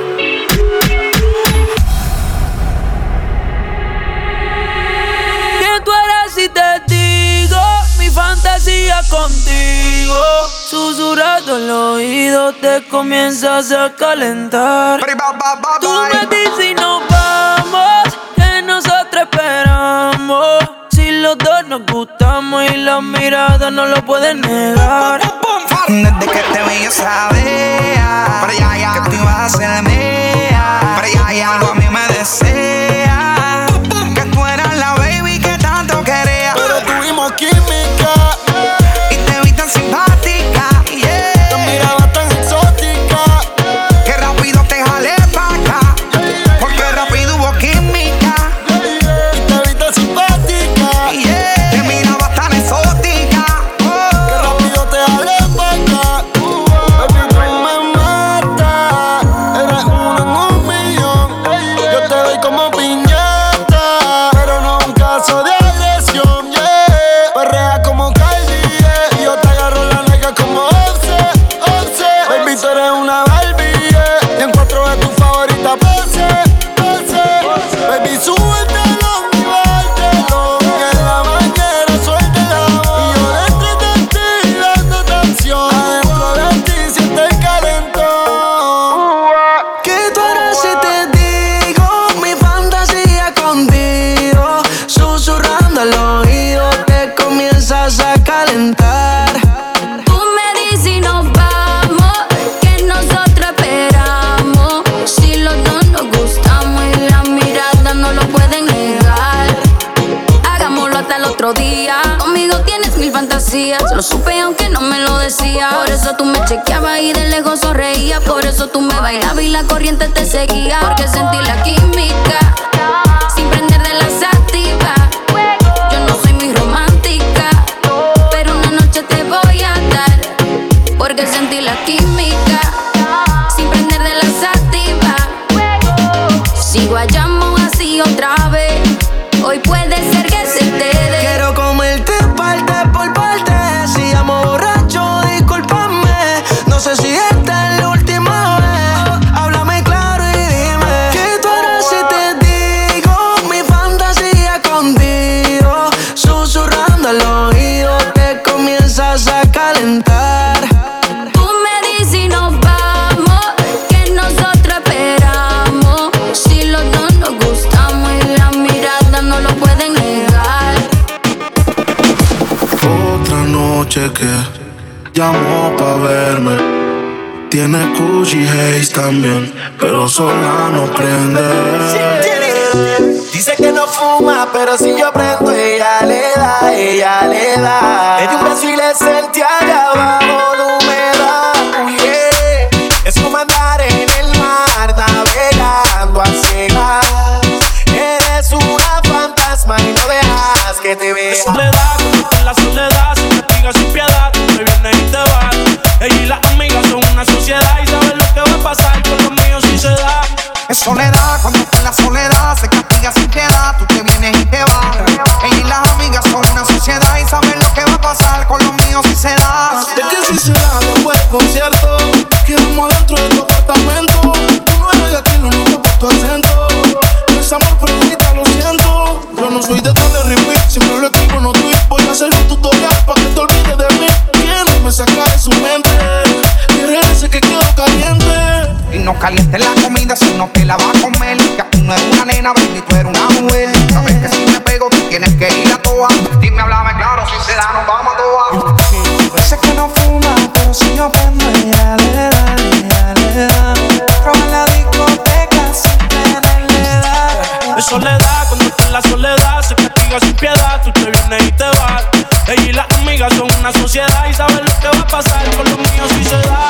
Speaker 10: ¿Quién tú eres si te digo mi fantasía contigo? Susurrando el oído te comienzas a calentar. Tú me dices y nos vamos, que nosotros esperamos. Si los dos nos gustamos y la mirada no lo pueden negar.
Speaker 20: Desde que te vi yo sabía, para allá ya, que tú ibas a ser mía. Para allá ya, algo a mí me desea, que tú eras la baby que tanto quería.
Speaker 13: Pero tuvimos química
Speaker 20: y te vi tan simpática, yeah.
Speaker 13: Te miraba tan exótica,
Speaker 20: que rápido te jalé pa' acá, porque rápido hubo química.
Speaker 13: Y te vi tan simpática,
Speaker 20: yeah. Te miraba tan exótica, oh.
Speaker 13: Que rápido te jalé pa' acá. Baby, tú me matas, eres uno en un millón. Yo te doy como piñata, pero no un caso de agresión, yeah. Perrea como Kylie, yeah. Y yo te agarro la nalga como Offset, Offset. Baby, tú eres una Barbie, yeah. Y en cuatro de tu favorita pose, pose. Baby, súbetelo y bájatelo. Y en la bañera suéltela. Y yo dentro de ti dándote acción. Adentro de ti siente el calentón.
Speaker 2: ¿Qué tú harás si te digo mi fantasía contigo? Susurrando al oído te comienzas a calentar.
Speaker 14: Tú me dices y nos vamos, que nosotros esperamos. Si los dos nos gustamos y la mirada no lo pueden negar. Hagámoslo hasta el otro día. Conmigo tienes mil fantasías, lo supe aunque no me lo decía. Por eso tú me chequeabas y de lejos sonreías. Por eso tú me bailabas y la corriente te seguía. Porque sentí la química sin prender de la sativa. Yo no soy muy romántica, pero una noche te voy a dar. Porque sentí la química sin prender de la sativa. Si guayamos así otra vez, hoy puede ser que se te dé.
Speaker 2: Quiero comerte parte por parte. Si amo borracho, discúlpame. No sé si esta es la última vez. Háblame claro y dime ¿qué tú harás si te digo mi fantasía contigo? Susurrando al oído te comienzas a calentar.
Speaker 14: Tú me dices y nos vamos, que nosotros esperamos. Si los dos nos gustamos y la mirada no lo pueden negar.
Speaker 13: Otra noche que llamó pa' verme. Tiene Gucci Haze también, pero sola no prende.
Speaker 2: Dice que no fuma, pero si yo prendo ella le da.
Speaker 4: ella le da. Le di un beso y le sentí allá abajo de humedad. Oh, yeah. Es como andar en el mar navegando a ciegas. Eres una fantasma y no dejas que te vea.
Speaker 6: Soledad, en la soledad se castiga sin piedad. Te vienes y te vas. Ella y las amigas son una sociedad y saben lo que va a pasar con los míos si se da.
Speaker 20: Es soledad, cuando está en la soledad se castiga sin piedad. Tú te vienes y te vas. Ella y las amigas son una sociedad y saben lo que va a pasar con los míos si se da.
Speaker 3: Es que si se da después del concierto, quedamos dentro de tu apartamento. Tú no eres de aquí, no noto por tu acento. No es amor, pero ahorita lo siento. Yo no soy de darle repeat, siempre lo escribo en no tweet. Voy a hacer un tutorial para que te olvides de mí. Quiere me saca de su mente, quiere ese que quedo caliente.
Speaker 20: Y no calientes la comida si no te la vas a comer. Que tú no eres una nena, baby, tú eres una mujer. Sabes que si me pego tú tienes que ir a toa. Dime, háblame claro, si se da nos vamos a toa. Sé que no fuma, pero si yo prendo ella le da, ella le da. Roba en la discoteca sin tenerle edad.
Speaker 6: Es soledad, cuando está en la soledad se castiga sin piedad. Tú te vienes y te vas. Ella y las amigas son una sociedad y saben lo que va a pasar con los míos si se da.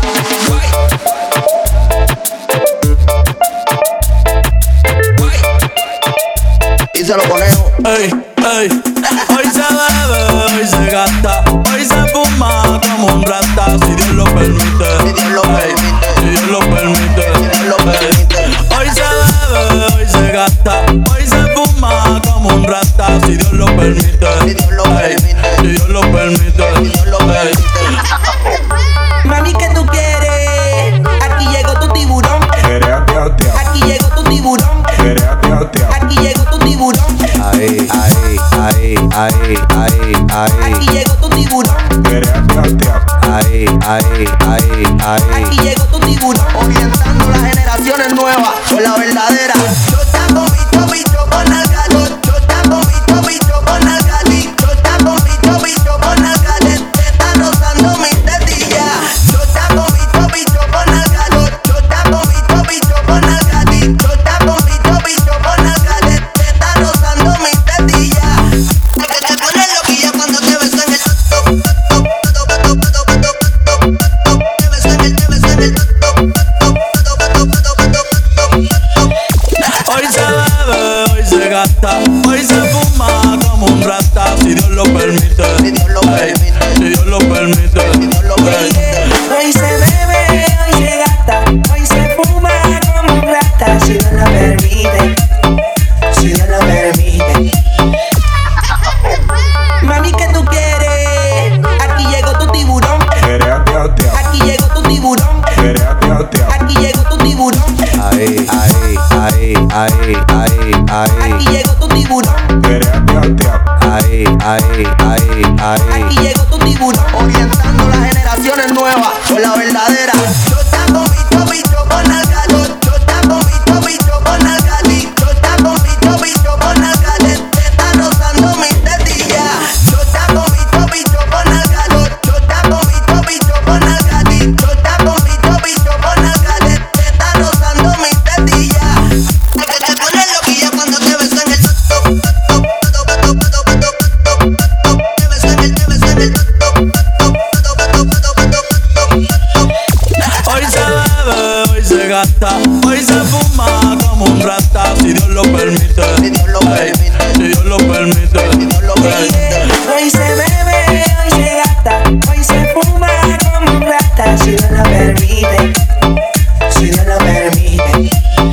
Speaker 4: Y se lo ponemos.
Speaker 3: Ey, ey. Hoy se bebe, hoy se gasta, hoy se fuma como un rata. Si Dios lo permite,
Speaker 4: si Dios lo permite,
Speaker 3: si Dios lo permite,
Speaker 4: si Dios lo permite.
Speaker 3: Hoy se bebe, hoy se gasta, hoy se fuma como un rata. Si Dios lo permite,
Speaker 4: si Dios lo permite,
Speaker 3: si Dios lo permite,
Speaker 4: si Dios lo permite.
Speaker 7: Mami, ¿qué tú quieres? Aquí llegó tu tiburón. Aquí llegó tu tiburón. Aquí llegó tu tiburón.
Speaker 12: Ahí, ahí, ahí, ahí, ahí, ahí.
Speaker 7: Aquí llegó tu tiburón.
Speaker 12: Ahí, ahí, ahí, ahí.
Speaker 7: Aquí llegó tu tiburón.
Speaker 4: Orientando las generaciones nuevas con la verdadera.
Speaker 7: Yo tapo bicho, bicho con algado. Yo tapo bicho, bicho con algado. Yo tapo bicho, bicho con algado. Te está rozando mi tetilla. Yo tapo bicho, bicho con algado. Yo tapo bicho, bicho con algado. Yo tapo bicho, bicho con algado. Te está rozando mi tetilla. Te pones loquilla cuando te beso en el top, top, top, top, top, top, top, top, top. Te beso en el, te beso en el top, top, top, top, top, top, top, top.
Speaker 3: hoy se bebe, hoy se gasta, hoy se fuma como un rata. Si Dios lo permite,
Speaker 4: si Dios lo permite,
Speaker 3: si Dios lo permite,
Speaker 4: si Dios lo permite.
Speaker 7: Hoy se bebe, hoy se gasta, hoy se fuma como un rata. Si Dios lo permite, si Dios lo permite. Mami, ¿qué tú quieres? Aquí llegó tu tiburón. Aquí llegó tu tiburón. Aquí llegó tu tiburón.
Speaker 12: Ahí, ahí, ahí, ahí, ahí, ahí.
Speaker 7: Aquí llegó tu tiburón.
Speaker 12: Ahí, ahí, ahí, ahí.
Speaker 7: Aquí llegó tu tiburón.
Speaker 4: Orientando las generaciones nuevas con la verdadera.
Speaker 7: Yo tapo bicho, bicho con algado. Yo tapo bicho, bicho con algado. Yo tapo bicho, bicho con algado. Te está rozando mi tetilla. Yo tapo bicho, bicho con algado. Yo tapo bicho, bicho con algado. Yo tapo bicho, bicho con algado. Te está rozando mi tetilla. Te pones loquilla cuando te beso en el top, top, top, top, top, top, top, top, top. Te beso en el, te beso en el top, top, top, top, top, top, top, top.
Speaker 3: hoy se bebe, hoy se gasta, hoy se fuma como un rata. Si Dios lo permite,
Speaker 4: si Dios lo permite,
Speaker 3: si Dios lo permite,
Speaker 4: si Dios lo permite.
Speaker 7: Hoy se bebe, hoy se gasta, hoy se fuma como un rata. Si Dios lo permite, si Dios lo permite.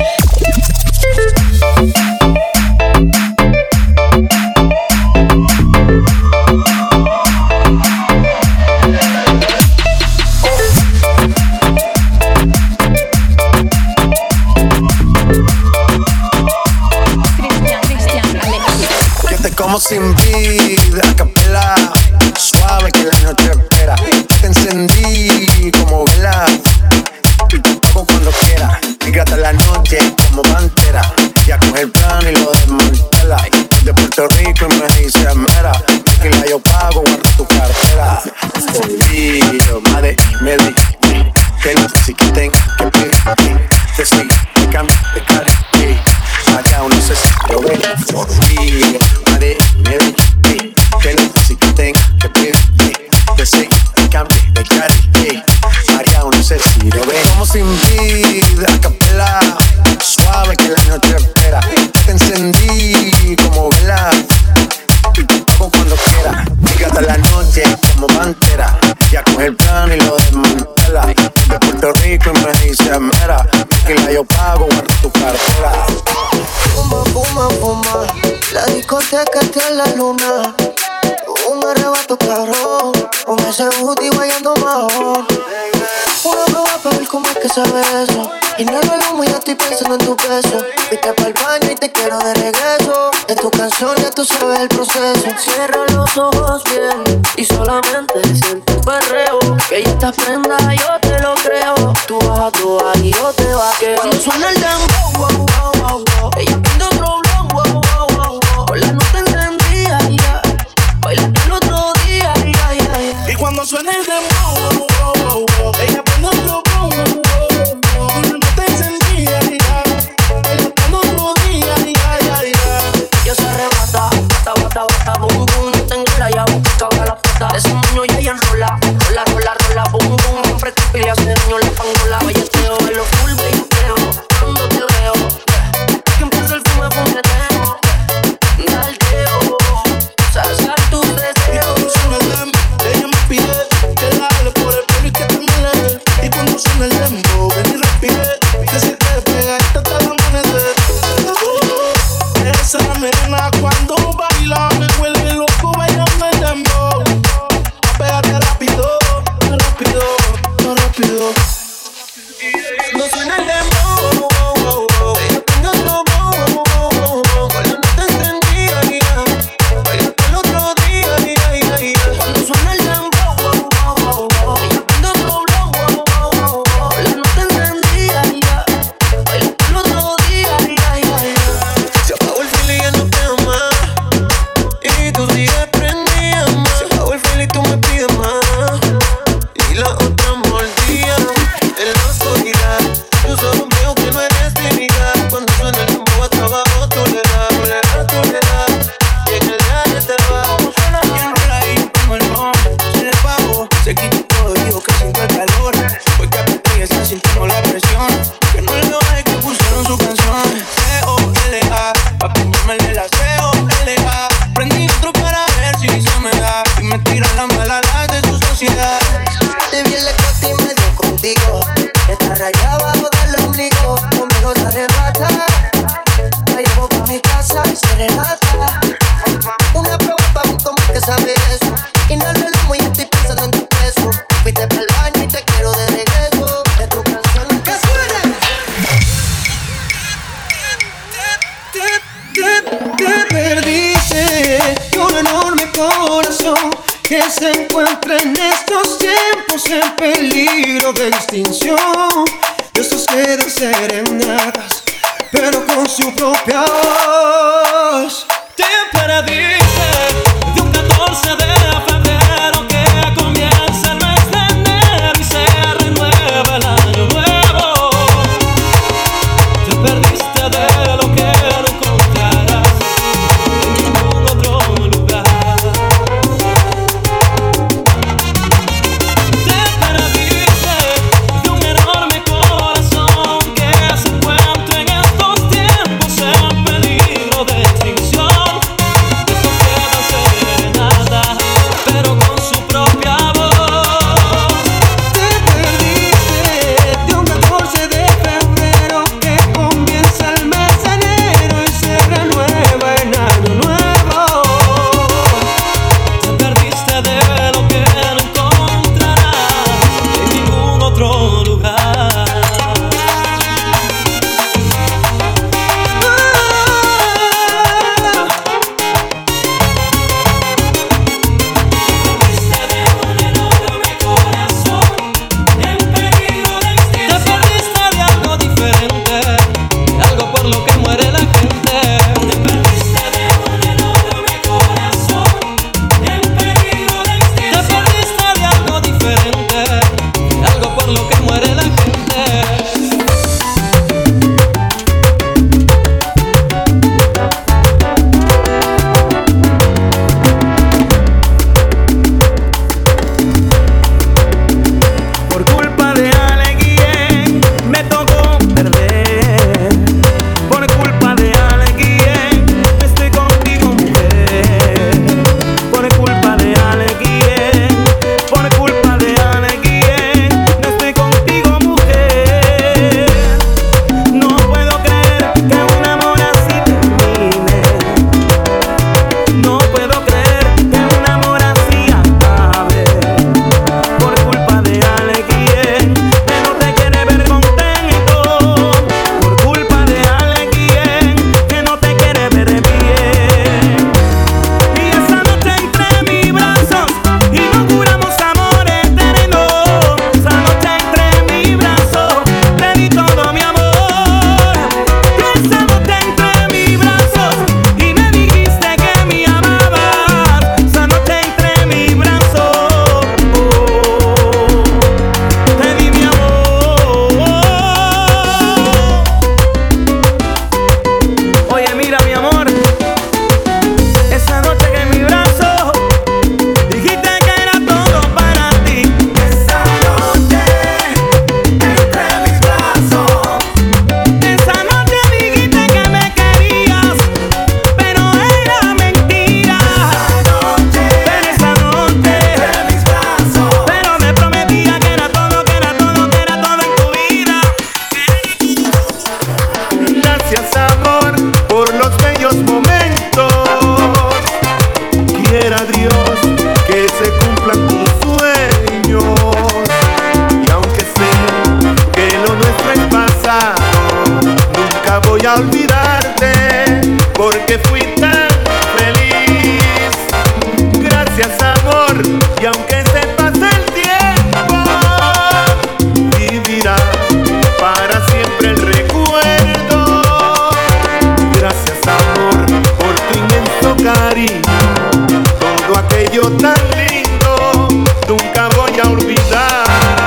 Speaker 19: Yo te como sin vida, a capela, suave que la noche espera. Te encendí como vela, y te toco cuando quiera. Migrate la noche como pantera, ya coge el plan y lo desmantela. De Puerto Rico y me dice mera, que la yo pago, guarda tu cartera. Escondido, madre, me di, que no sé si que tengo que pedir. Te sigo, te cambio de cara, allá no sé si lo ven. Escondido, madre, me di, que
Speaker 12: toda la noche como pantera. Ya coge el plan y lo desmantela. De Puerto Rico y me dice mera, que la yo pago, guarda tu cartera.
Speaker 21: Fuma, fuma, fuma, la discoteca está en la luna. Un arrebato cabrón, con ese booty guayando mahón. Una prueba para ver cómo es que sabe eso. Inhalo el humo y ya estoy pensando en tu beso. Viste pa'l baño y te quiero de regreso. En tu canción ya tú sabes el proceso. Cierra los ojos bien y solamente siente el perreo. Que ya estás prenda, yo te lo creo. Tú vas a actuar y yo te vaqueo. Cuando suena el dembow, wow, wow, wow, wow. Ella prende otro blog, wow, wow, wow, wow. Con la nota encendida, ya. Bailando el otro día, ya, ya, ya.
Speaker 6: Y cuando suena el dembow, wow, wow, wow, wow. Ella prende otro blog, wow, wow, wow. Con la nota encendida, ya. Bailando otro día, ya, ya, ya.
Speaker 21: Yo se arrebata, bata, bata, bata, boom, boom. No tengo la llave, caga la pata. Ese niño ya ya enrola, rola, rola, rola, boom, boom. Siempre te pide a ese niño la pangola. Valleteo en los full, belloteo. Cuando te veo, que empieza el fume, fumeteo. Dalteo, sacar tu deseo.
Speaker 6: Y cuando suena el dembow, ella me pide que la hable por el pelo y que te mele. Y cuando suena el dembow, ven y respire, que se te pega y te está la amanecer. Esa nena cuando baila me vuelve loco bailando el dembow. Pégate rápido, rápido, rápido.
Speaker 21: No suena el dembow, oh, oh, oh. Ella prende otro blow, oh, oh, oh. Con la nota encendida, ya. Bailando el otro día, ya, ya, ya. Cuando suena el dembow, oh, oh, oh. Ella prende otro blow, oh, oh, oh. Con la nota encendida, ya. Bailando el otro día, ya, ya, ya.
Speaker 11: Se apagó el fil y ya no queda más. Y tú sigues prendida más. Se apagó el fil y tú me pides más. Y la otra mordida en la oscuridad. Yo solo veo que no eres tímida. Cuando suena el dembow hasta abajo tú le das, tú le das, tú le das. Y en el área te va.
Speaker 6: Como suena bien rola y yo pongo el ron. Se le pago, se quita todo, digo que siento el calor. Porque a Petri está sintiendo la presión. Que no le baje que pusieron su canción. C O L A, pa' ponerme el de la C O L A. Prendí otro para ver si se me da. Y me tiran la mala la de su sociedad.
Speaker 21: Te vi en la costa y me dio contigo. Está rayada abajo del ombligo. Conmigo se arrebata. La llevo pa' mi casa y se relata. Una prueba pa' un como que sabe eso. Inhalo el humo y estoy pensando en tu peso. Fuiste pa'l baño y te quiero de regreso. De tu canción que suena.
Speaker 3: Te, te perdiste de un enorme corazón que se encuentra en estos tiempos en peligro de extinción. De estos que dan serenatas, pero con su propia voz. Te perdiste de un catorce de febrero que comienza el mes de enero y se renueva el año nuevo. Te perdiste de lo que no encontrarás en ningún otro lugar. Te perdiste de un enorme corazón que se encuentra en estos tiempos en peligro de extinción. Esos
Speaker 1: Dios que se cumplan tus sueños. Y aunque sé que lo nuestro es pasado, nunca voy a olvidarte porque fui tan feliz. Gracias, amor, y aunque se pase el tiempo, vivirá para siempre el recuerdo. Gracias, amor, por tu inmenso cariño. Todo aquello tan lindo nunca voy a olvidar.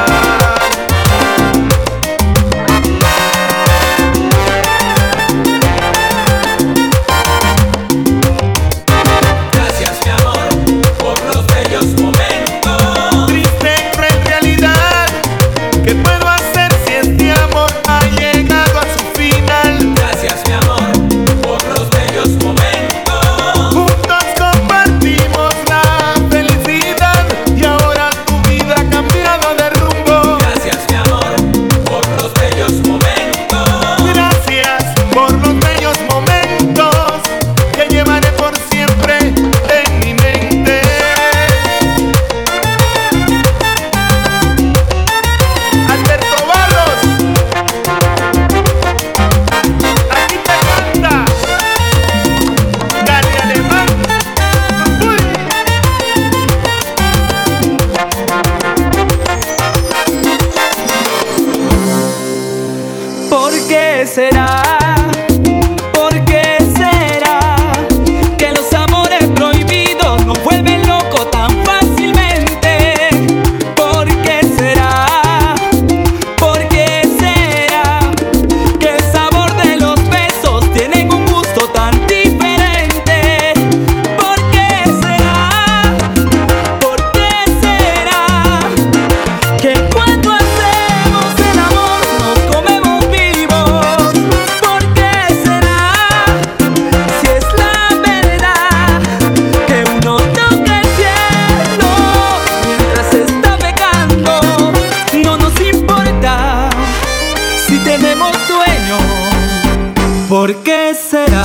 Speaker 3: ¿Por qué será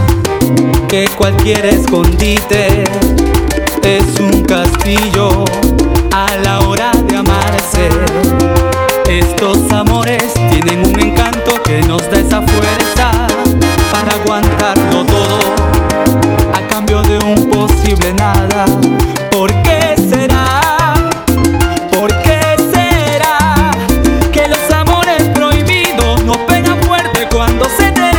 Speaker 3: que cualquier escondite es un castillo a la hora de amarse? Estos amores tienen un encanto que nos da esa fuerza para aguantarlo todo a cambio de un posible nada. ¿Por qué será? ¿Por qué será que los amores prohibidos nos pegan fuerte cuando se terminan?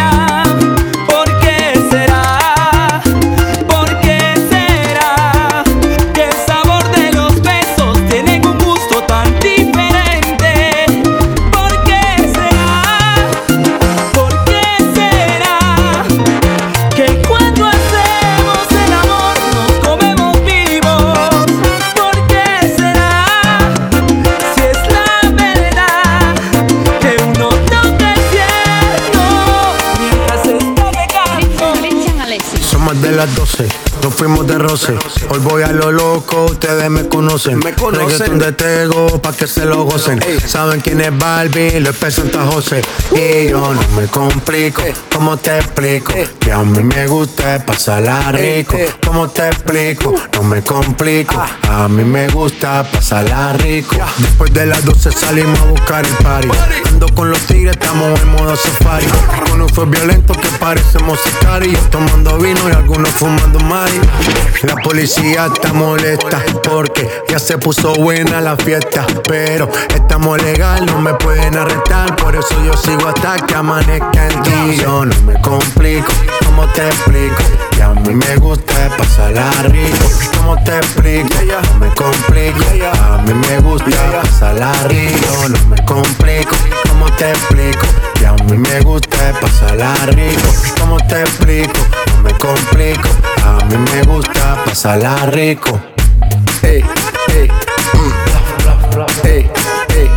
Speaker 3: ¿Por qué será? ¿Por qué será que el sabor de los besos tienen un gusto tan diferente? ¿Por qué será? ¿Por qué será que cuando hacemos el amor nos comemos vivos? ¿Por qué será? Si es la verdad que uno toca el cielo mientras está pecando.
Speaker 19: Son de las doce, nos fuimos de roce. Hoy voy a lo loco, ustedes me conocen. Me conocen. Reggaeton de Tego, pa' que se lo gocen. Saben quién es Barbie, lo es Santa José. Y yo no me complico, ¿cómo te explico? Que a mí me gusta pasarla rico. ¿Cómo te explico? No me complico, a mí me gusta pasarla rico. Después de las doce salimos a buscar el party. Ando con los tigres, estamos en modo safari. Uno fue violento que parecemos sicarios, tomando vino y algunos fumando mari. La policía está molesta porque ya se puso buena la fiesta, pero estamos legal, no me pueden arrestar. Por eso yo sigo hasta que amanezca el día. Yo no me complico, ¿cómo te explico? Que a mí me gusta pasarla rico. ¿Cómo te explico? No me complico, a mí me gusta pasarla rico. No me complico, ¿cómo te explico? Que a mí me gusta pasarla rico. ¿Cómo te explico? No me complico, a mí me gusta pasarla rico. Hey, hey, mm. Hey, hey,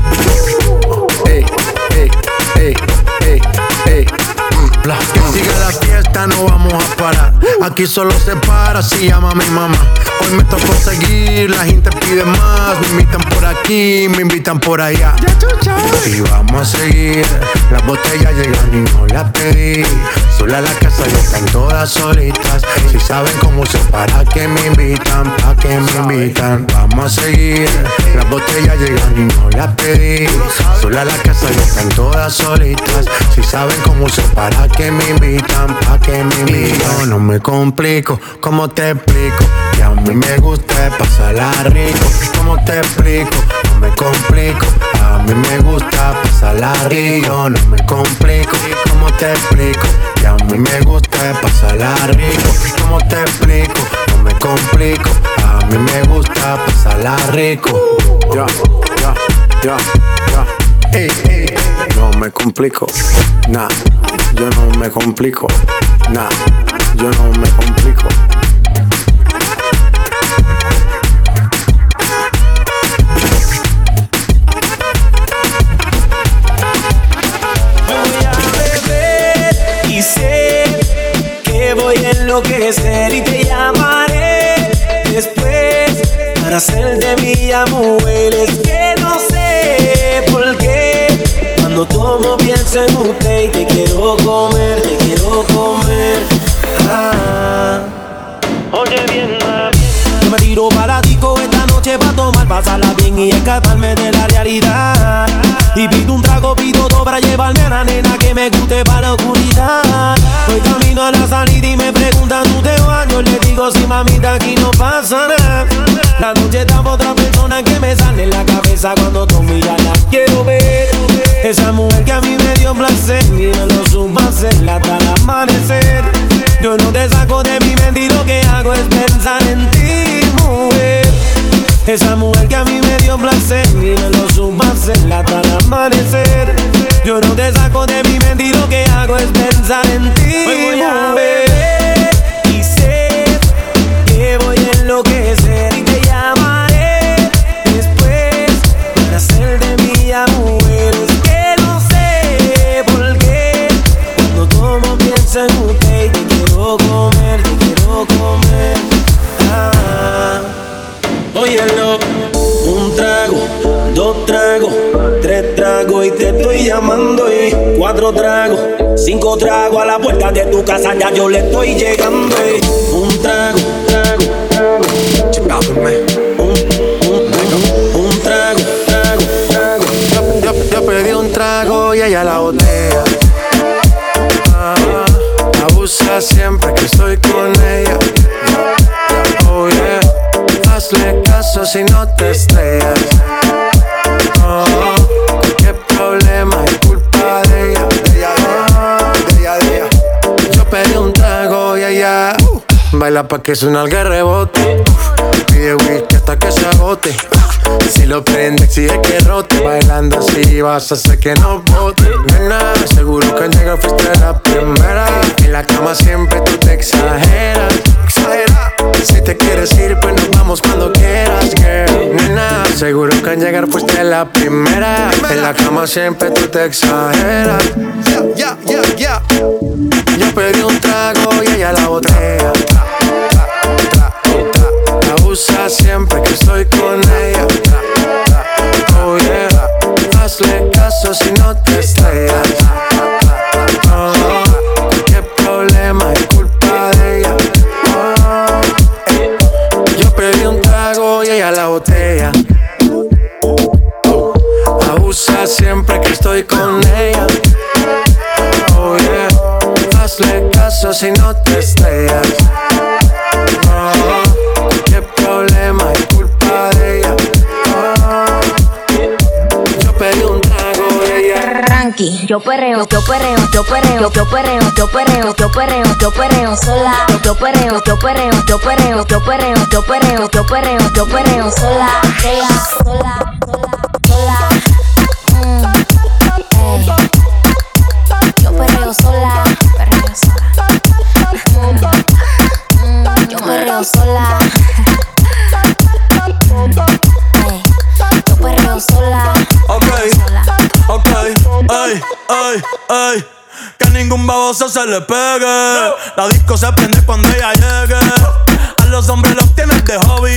Speaker 19: hey, hey, hey, hey, hey, mm. Que siga la fiesta, no vamos a parar. Aquí solo se para si llama mi mamá. Hoy me tocó seguir, la gente pide más. Me invitan por aquí, me invitan por allá. Y vamos a seguir, las botellas llegan y no las pedí. Sola la casa ya están todas solitas. Si saben cómo se para que me invitan, pa' que me invitan. Vamos a seguir, las botellas llegan y no las pedí. Sola la casa ya están todas solitas. Si saben cómo se para que me invitan, pa' que me invitan. Yo no me complico, ¿cómo te explico? Que a mí me gusta pasarla rico. ¿Cómo te explico? No me complico. A mí me gusta pasarla rico. No me complico. ¿Cómo te explico? Que a mí me gusta pasarla rico. ¿Cómo te explico? No me complico. A mí me gusta pasarla rico. Ya, ya, ya, ya. Ey, ey. No me complico. Nah, yo no me complico. Nah, yo no me complico.
Speaker 3: Y sé que voy a enloquecer y te llamaré después para hacer de mi mujer. Es que no sé por qué cuando tomo pienso en usted y te quiero comer, te quiero comer. Ah. Oye bien, mami, yo me tiro para ti con esta noche pa' tomar, pasarla bien y escaparme de la realidad. Y pido un trago, pido todo para llevarme a la nena que me guste para la oscuridad. Voy camino a la salida y me preguntan, ¿tú te vas? Yo le digo, sí, mamita, aquí no pasa nada. La noche está por otra persona que me sale en la cabeza cuando tomo y ya la quiero ver. Esa mujer que a mí me dio placer y me lo supo hacer hasta el amanecer. Yo no te saco de mi mente y lo que hago es pensar en ti, mujer. Esa mujer que a mí me dio placer y me lo supo hacer hasta el amanecer. Yo no te saco de mi mente y lo que hago es pensar en ti, voy a beber y sé que voy a enloquecer y te llamaré después para hacer de mi mujer. Es que no sé por qué cuando tomo pienso en usted y te quiero comer, te quiero comer. Ah. Óyelo, un trago, dos tragos, tres tragos y te estoy llamando y cuatro tragos, cinco tragos a la puerta de tu casa ya yo le estoy llegando y un trago, trago, trago, un, un, un trago, trago, trago.
Speaker 12: Yo, yo, yo pedí un trago y ella la botella. Ah, abusa siempre que estoy con ella. Oh yeah. Hazle caso si no te estrellas. Oh, qué problema es culpa de ella. De ella, de ella, de ella. Yo pedí un trago y ella uh, baila pa' que suena el rebote. Pide whisky hasta que se agote. Si lo prende exige que rote. Bailando así vas a hacer que no bote. Nena, seguro que al llegar fuiste la primera. En la cama siempre tú te exageras. Exagera. Si te quieres ir, pues nos vamos cuando quieras, girl. Nena, seguro que al llegar fuiste la primera. En la cama siempre tú te exageras. Yeah, yeah, yeah, yeah. Yo pedí un trago y ella la botella. Abusa siempre que estoy con ella. Oh yeah. Hazle caso si no te estrellas. Oh, qué problema es culpa de ella. Pedí un trago y ella la botella. Abusa siempre que estoy con ella. Oh yeah. Hazle caso si no te estrellas. Oh, qué problema es culpa de ella. Oh, yo pedí un trago y ella.
Speaker 14: Ranky, yo perreo, yo perreo, yo perreo, yo perreo, yo perreo, yo perreo, yo perreo sola. Yo perreo, yo perreo, yo perreo, yo perreo, yo perreo, yo perreo, yo perreo sola, sola, sola, sola, sola. Mm, yo perreo sola, perreo sola. Mm, mm, yo perreo sola. Ey, yo perreo sola.
Speaker 3: Okay, okay, ay, ay, ay. Que ningún baboso se le pegue. La disco se prende cuando ella llegue. A los hombres los tienes de hobby.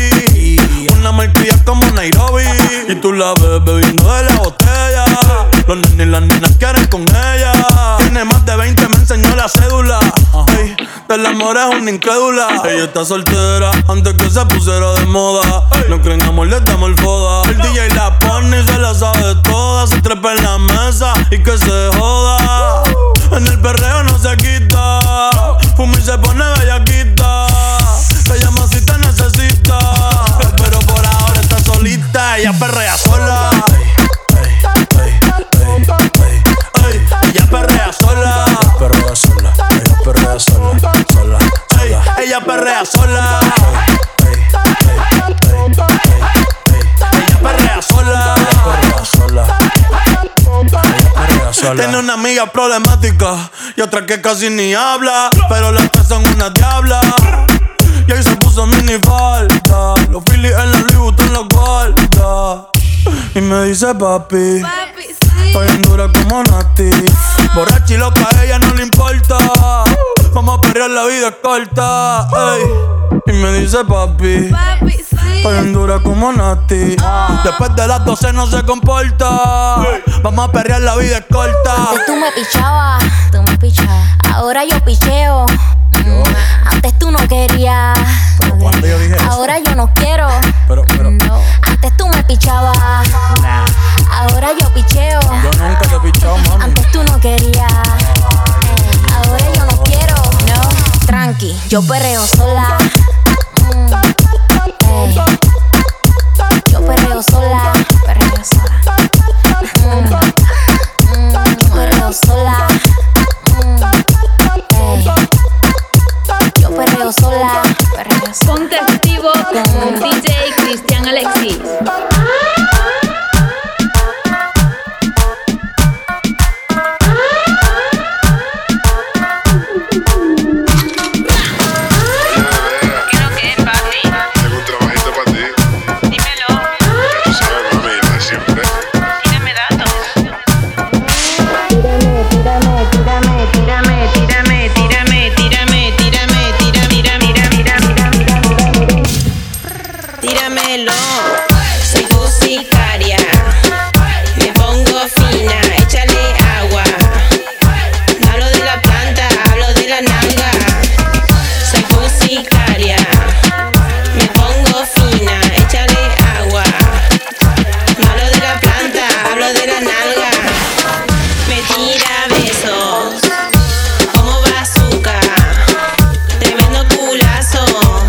Speaker 6: Y tú la ves bebiendo de la botella. Los nenes y las nenas quieren con ella. Tiene más de veinte, me enseñó la cédula. Ey, del amor es una incrédula. Ella está soltera antes que se pusiera de moda. No creen amor, le damos el foda. El D J la pone y se la sabe toda. Se trepa en la mesa y que se joda. En el perreo no se quita. Fuma y se pone bellaquita. Te llama si te necesita. Pero por ahora está solita. Ella perrea sola. Ella perrea sola.
Speaker 2: Perrea sola, ella perrea sola, sola, sola.
Speaker 6: Ella perrea sola. Ella perrea sola.
Speaker 2: Perrea sola. Ella perrea sola.
Speaker 6: Tiene una amiga problemática y otra que casi ni habla, pero las tres son una diabla. Y ahí se puso mini falta. Los Phillies en la Louis Vuitton los guarda. Y me dice papi,
Speaker 8: Papi, sí.
Speaker 6: estoy en dura como Nati. Borracha y loca, a ella no le importa. Vamos a perrear, la vida es corta. Ey. Y me dice papi,
Speaker 8: Papi, sí.
Speaker 6: estoy en dura como Nati. Después de las doce no se comporta. Vamos a perrear, la vida es corta.
Speaker 14: Antes tú me pichabas, tú me pichabas. Ahora yo picheo. Mm. Antes tú no querías.
Speaker 6: Pero cuando yo dije eso.
Speaker 14: Ahora yo no quiero.
Speaker 6: Pero, pero.
Speaker 14: No. Antes tú me pichabas.
Speaker 6: Nah.
Speaker 14: Ahora yo picheo.
Speaker 6: Yo nunca te he pichado, mami.
Speaker 14: Antes tú no querías. Ahora yo no quiero. No. Tranqui, yo perreo sola. Mm. Ey. Yo perreo sola. Perreo sola. Mm. Mm. Perreo sola. Mm. Ey. Yo perreo sola. Perreo sola.
Speaker 8: Ponte activo con D J Cristian Alexis.
Speaker 5: Soy tu sicaria, me pongo fina, échale agua. No hablo de la planta, hablo de la nalga. Soy tu sicaria, me pongo fina, échale agua. No hablo de la planta, hablo de la nalga. Me tira besos como bazooka, tremendo culazo.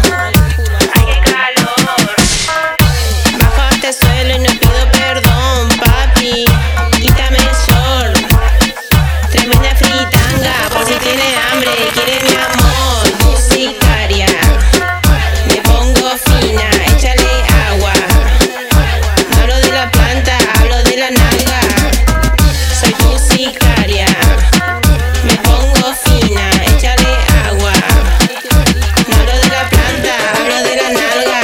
Speaker 5: Suelo y no pido perdón, papi. Quítame el short. Tremenda fritanga, por si tiene hambre, quiere mi amor. Tu sicaria, me pongo fina, échale agua. No hablo de la planta, hablo de la nalga. Soy tu sicaria, me pongo fina, échale agua. No hablo de la planta, hablo de la nalga.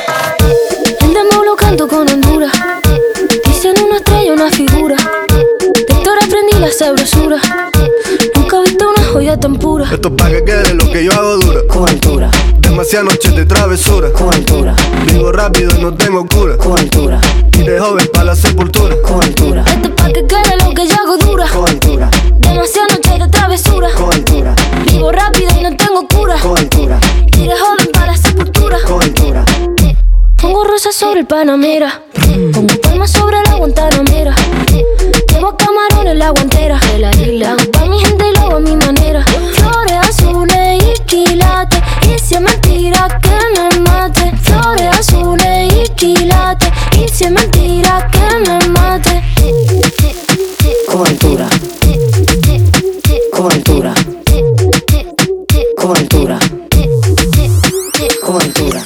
Speaker 14: Canto con Honduras, dicen una estrella, una figura. De Héctor aprendí la sabrosura. Nunca he visto una joya tan pura.
Speaker 1: Esto es pa' que quede lo que yo hago dura.
Speaker 14: Con altura.
Speaker 1: Demasiadas noches de travesura.
Speaker 14: Con altura.
Speaker 1: Vivo rápido y no tengo cura.
Speaker 14: Con altura.
Speaker 1: Y de joven pa' la sepultura.
Speaker 14: Con altura. Esto es pa' que quede lo que yo hago dura.
Speaker 1: Con altura.
Speaker 14: Demasiadas noches de travesura.
Speaker 1: Con altura.
Speaker 14: Vivo rápido y no tengo cura.
Speaker 1: Con altura.
Speaker 14: Y de joven pa' la sepultura.
Speaker 1: Con altura.
Speaker 14: Pongo rosas sobre el Panamera. Pongo palmas sobre la Guantanamera. Llevo camarones en la guantera. De la isla. Hago pa' mi gente y lo hago a mi manera. Flores azules y quilates. Y si es mentira que me mate. Flores azules y quilates. Y si es mentira que me mate. Con altura. Con altura. Con altura. Con altura.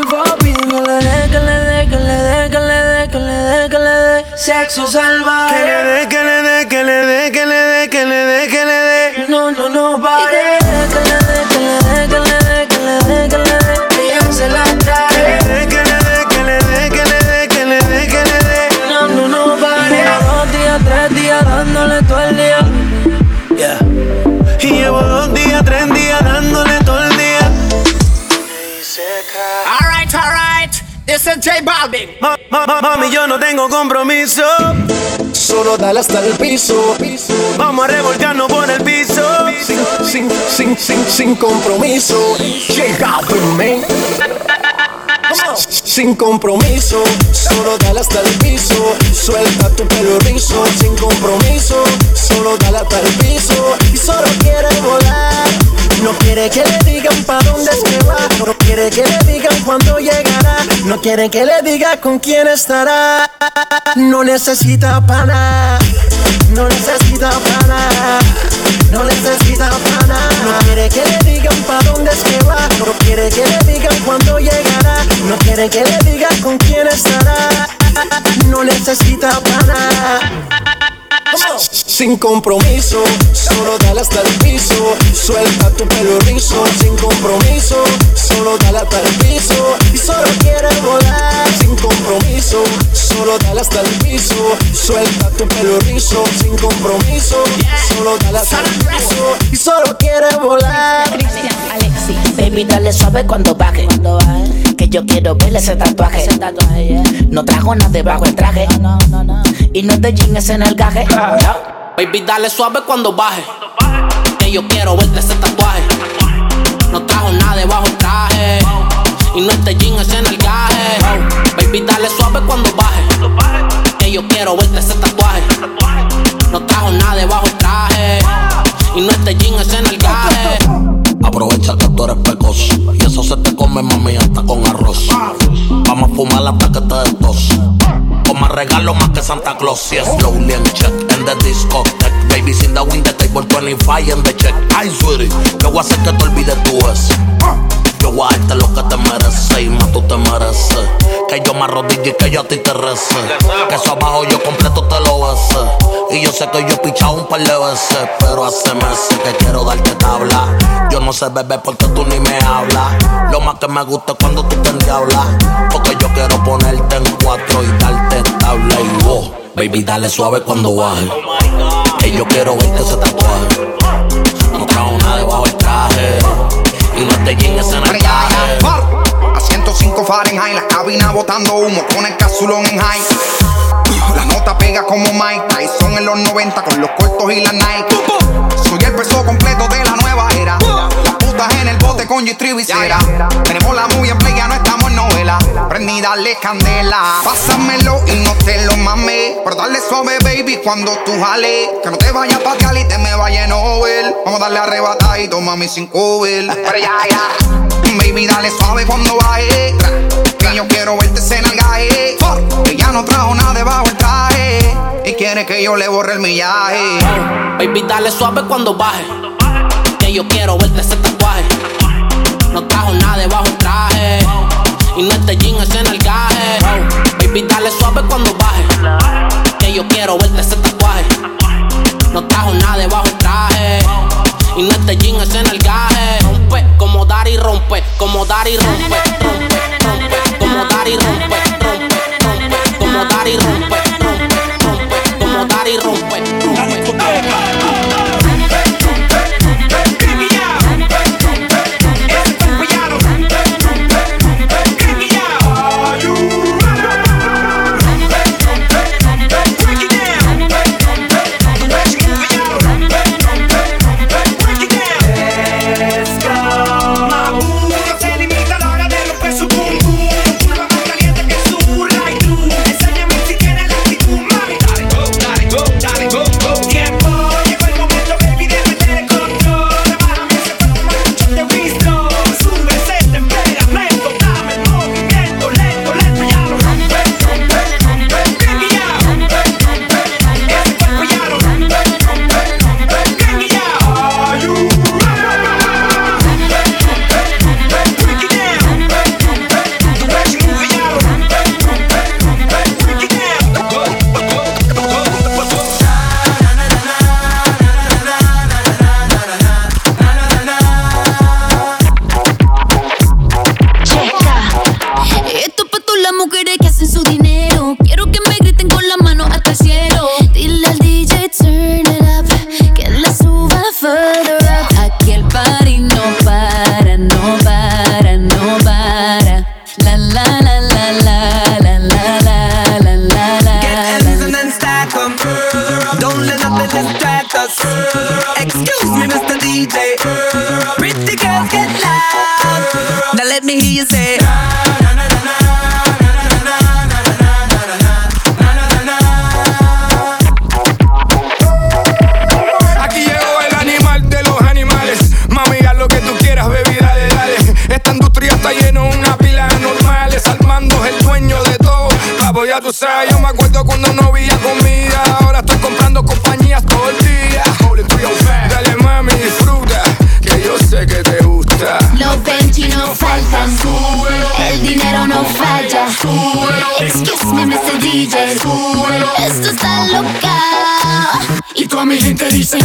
Speaker 9: Sexo salvaje.
Speaker 1: Que le dé, que le dé, que le dé, que le dé, que le dé, que le dé.
Speaker 9: No, no, no pare. Que le dé, que le dé, que le dé, que le dé, que le dé. Ella se la trae.
Speaker 1: Que le dé, que le dé, que le dé, que le dé, que le dé, que le dé.
Speaker 9: No, no, no pare. Dos días, tres días dándole todo el día.
Speaker 1: Yeah. Y llevo dos días, tres días dándole todo el día.
Speaker 9: Alright, alright. This is J Balvin.
Speaker 1: Ma, ma,
Speaker 3: Mami, yo no tengo compromiso.
Speaker 13: Solo dale hasta el piso.
Speaker 3: Vamos a revolcarnos por el piso.
Speaker 13: Sin, sin, sin, sin, sin compromiso. Llega, man. Sin compromiso, solo dale hasta el piso. Suelta tu pelo rizo. Sin compromiso, solo dale hasta el piso. Y solo quiere volar. No quiere que le digan pa' dónde es que va. No quiere que le digan cuándo llegará. No quiere que le diga con quién estará. No necesita pana. No necesita pana. No necesita pana. No quiere que le digan pa' dónde es que va. No quiere que le digan cuándo llegará. No quiere que le diga con quién estará. No necesita pana. Sin compromiso, solo dale hasta el piso. Suelta tu pelo rizo. Sin compromiso, solo dale hasta el piso. Y solo quiere volar. Sin compromiso, solo dale hasta el piso. Suelta tu pelo rizo. Sin compromiso, solo dale hasta el piso. Y solo quiere volar.
Speaker 15: Cristian Alexis. Baby, dale suave cuando baje, cuando baje. Que yo quiero ver ese tatuaje, ese tatuaje yeah. No trajo nada debajo el traje, no, no, no, no. Y no es de jean, es en el gaje no.
Speaker 22: Baby, dale suave cuando baje. Que yo quiero verte ese tatuaje. No trajo nada debajo el traje. Y no es de jean, es en el gaje Baby, dale suave cuando baje. Que yo quiero verte ese tatuaje. No trajo nada debajo el traje. Y no es de jean, es en el gaje.
Speaker 23: Aprovecha que tú eres pecoso y eso se te come, mami, hasta con arroz. Vamos a fumar hasta que te des tos. Con más regalo más que Santa Claus. Yes, slowly and check in the discotheque. Babies in the window table, twenty-five in the check. Ay, sweetie, que voy a hacer que te olvides tú eso. Yo voy a darte lo que te mereces y más tú te mereces. Que yo me arrodille y que yo a ti te rece. Que eso abajo yo completo te lo besé. Y yo sé que yo he pichado un par de veces, pero hace meses que quiero darte tabla. Yo no sé beber porque tú ni me hablas. Lo más que me gusta es cuando tú te endiablas. Porque yo quiero ponerte en cuatro y darte tabla y wow. Baby, dale suave cuando baje. Que yo quiero verte ese tatuaje. No trajo nada debajo el traje. Y no te llegues en el traje.
Speaker 20: A ciento cinco Fahrenheit, la cabina botando humo con el casulón en high. La nota pega como Mike Tyson en los noventa con los cortos y las Nike. Soy el peso completo de la nueva era. Las putas en el bote con G-Tree visera. Tenemos la movie en play, ya no estamos en novela. Prendí, dale candela. Pásamelo y no te lo mames. Pero dale suave, baby, cuando tú jales. Que no te vayas pa' Cali y te me vaya en Nobel. Vamos a darle arrebatadito, mami, sin cover. Pero ya, ya. Baby, dale suave cuando baje. Que yo quiero verte en el gaje. Que ya no trajo nada debajo el traje. Y quiere que yo le borre el millaje.
Speaker 22: Baby, dale suave cuando baje. Que yo quiero verte ese tatuaje. No trajo nada debajo el traje. Y no es de jean, es en el gaje Baby, dale suave cuando baje. Que yo quiero verte ese tatuaje. No trajo nada debajo el traje. Y no es de jean, es en el gaje. Rompe, como dar y rompe. Como dar y rompe. Rompe, rompe, como dar y rompe. Rompe, rompe, como dar y rompe. Rompe, rompe, como dar y rompe.
Speaker 16: ya tú sabes. Yo me acuerdo cuando no había comida. Ahora estoy comprando compañías todo el día. Dale mami, disfruta, que yo sé que te gusta.
Speaker 14: Los Benji no faltan, el dinero no falla. Excuse me, mister D J, esto está loca.
Speaker 16: Y toda mi gente dice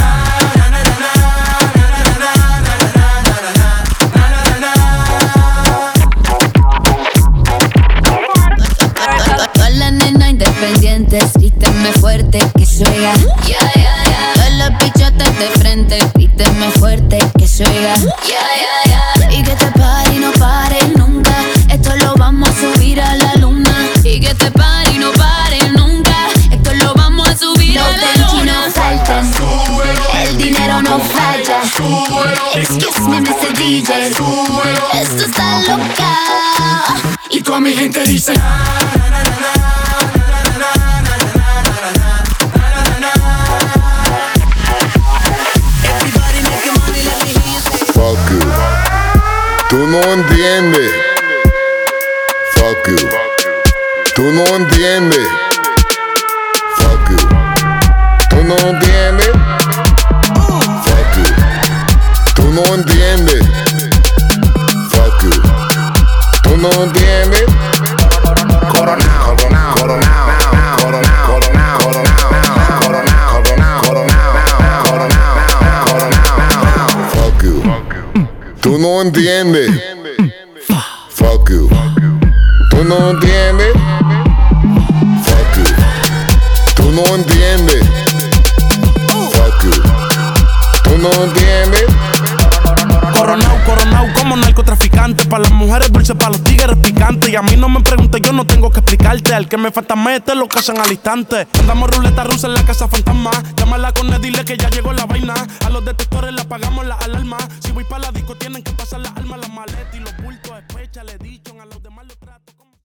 Speaker 14: todas las nenas independientes, gríteme fuerte que se oiga. Yeah, yeah, yeah. Todos los bichotes de frente, gríteme fuerte que se oiga. Yeah, yeah, yeah. Y que te pare y no pare nunca. Esto lo vamos a subir a la luna. Y que te pare y no pare nunca. Esto lo vamos a subir a la luna. No faltan, el dinero no falla. Excuse me, mister D J, esto está loca.
Speaker 16: Y toda mi gente dice
Speaker 17: fuck you. Tú no entiendes. Fuck you. Tú no entiendes. Fuck you. Tú no entiendes. Fuck you. Tú no entiendes. Fuck you. Tú no entiendes. Coronao, coronao, coronao, coronao, coronao, coronao, coronao, coronao, coronao, coronao. Fuck you. Tú no entiendes. Fuck you. Tú no entiendes. Fuck you. Tú no entiendes. Fuck you. Tú no entiendes.
Speaker 6: Coronao, coronao como narcotraficante. Pa' las mujeres dulces, pa' los tigres picantes. Y a mí no me preguntes, yo no tengo que explicarte. Al que me falta mete, lo casan al instante. Andamos ruleta rusa en la casa fantasma. Llámala con él, dile que ya llegó la vaina. A los detectores le apagamos la alarma. Si voy pa' la disco tienen que pasar las almas, las maletas y los bultos. Despecha, le he dicho a los demás.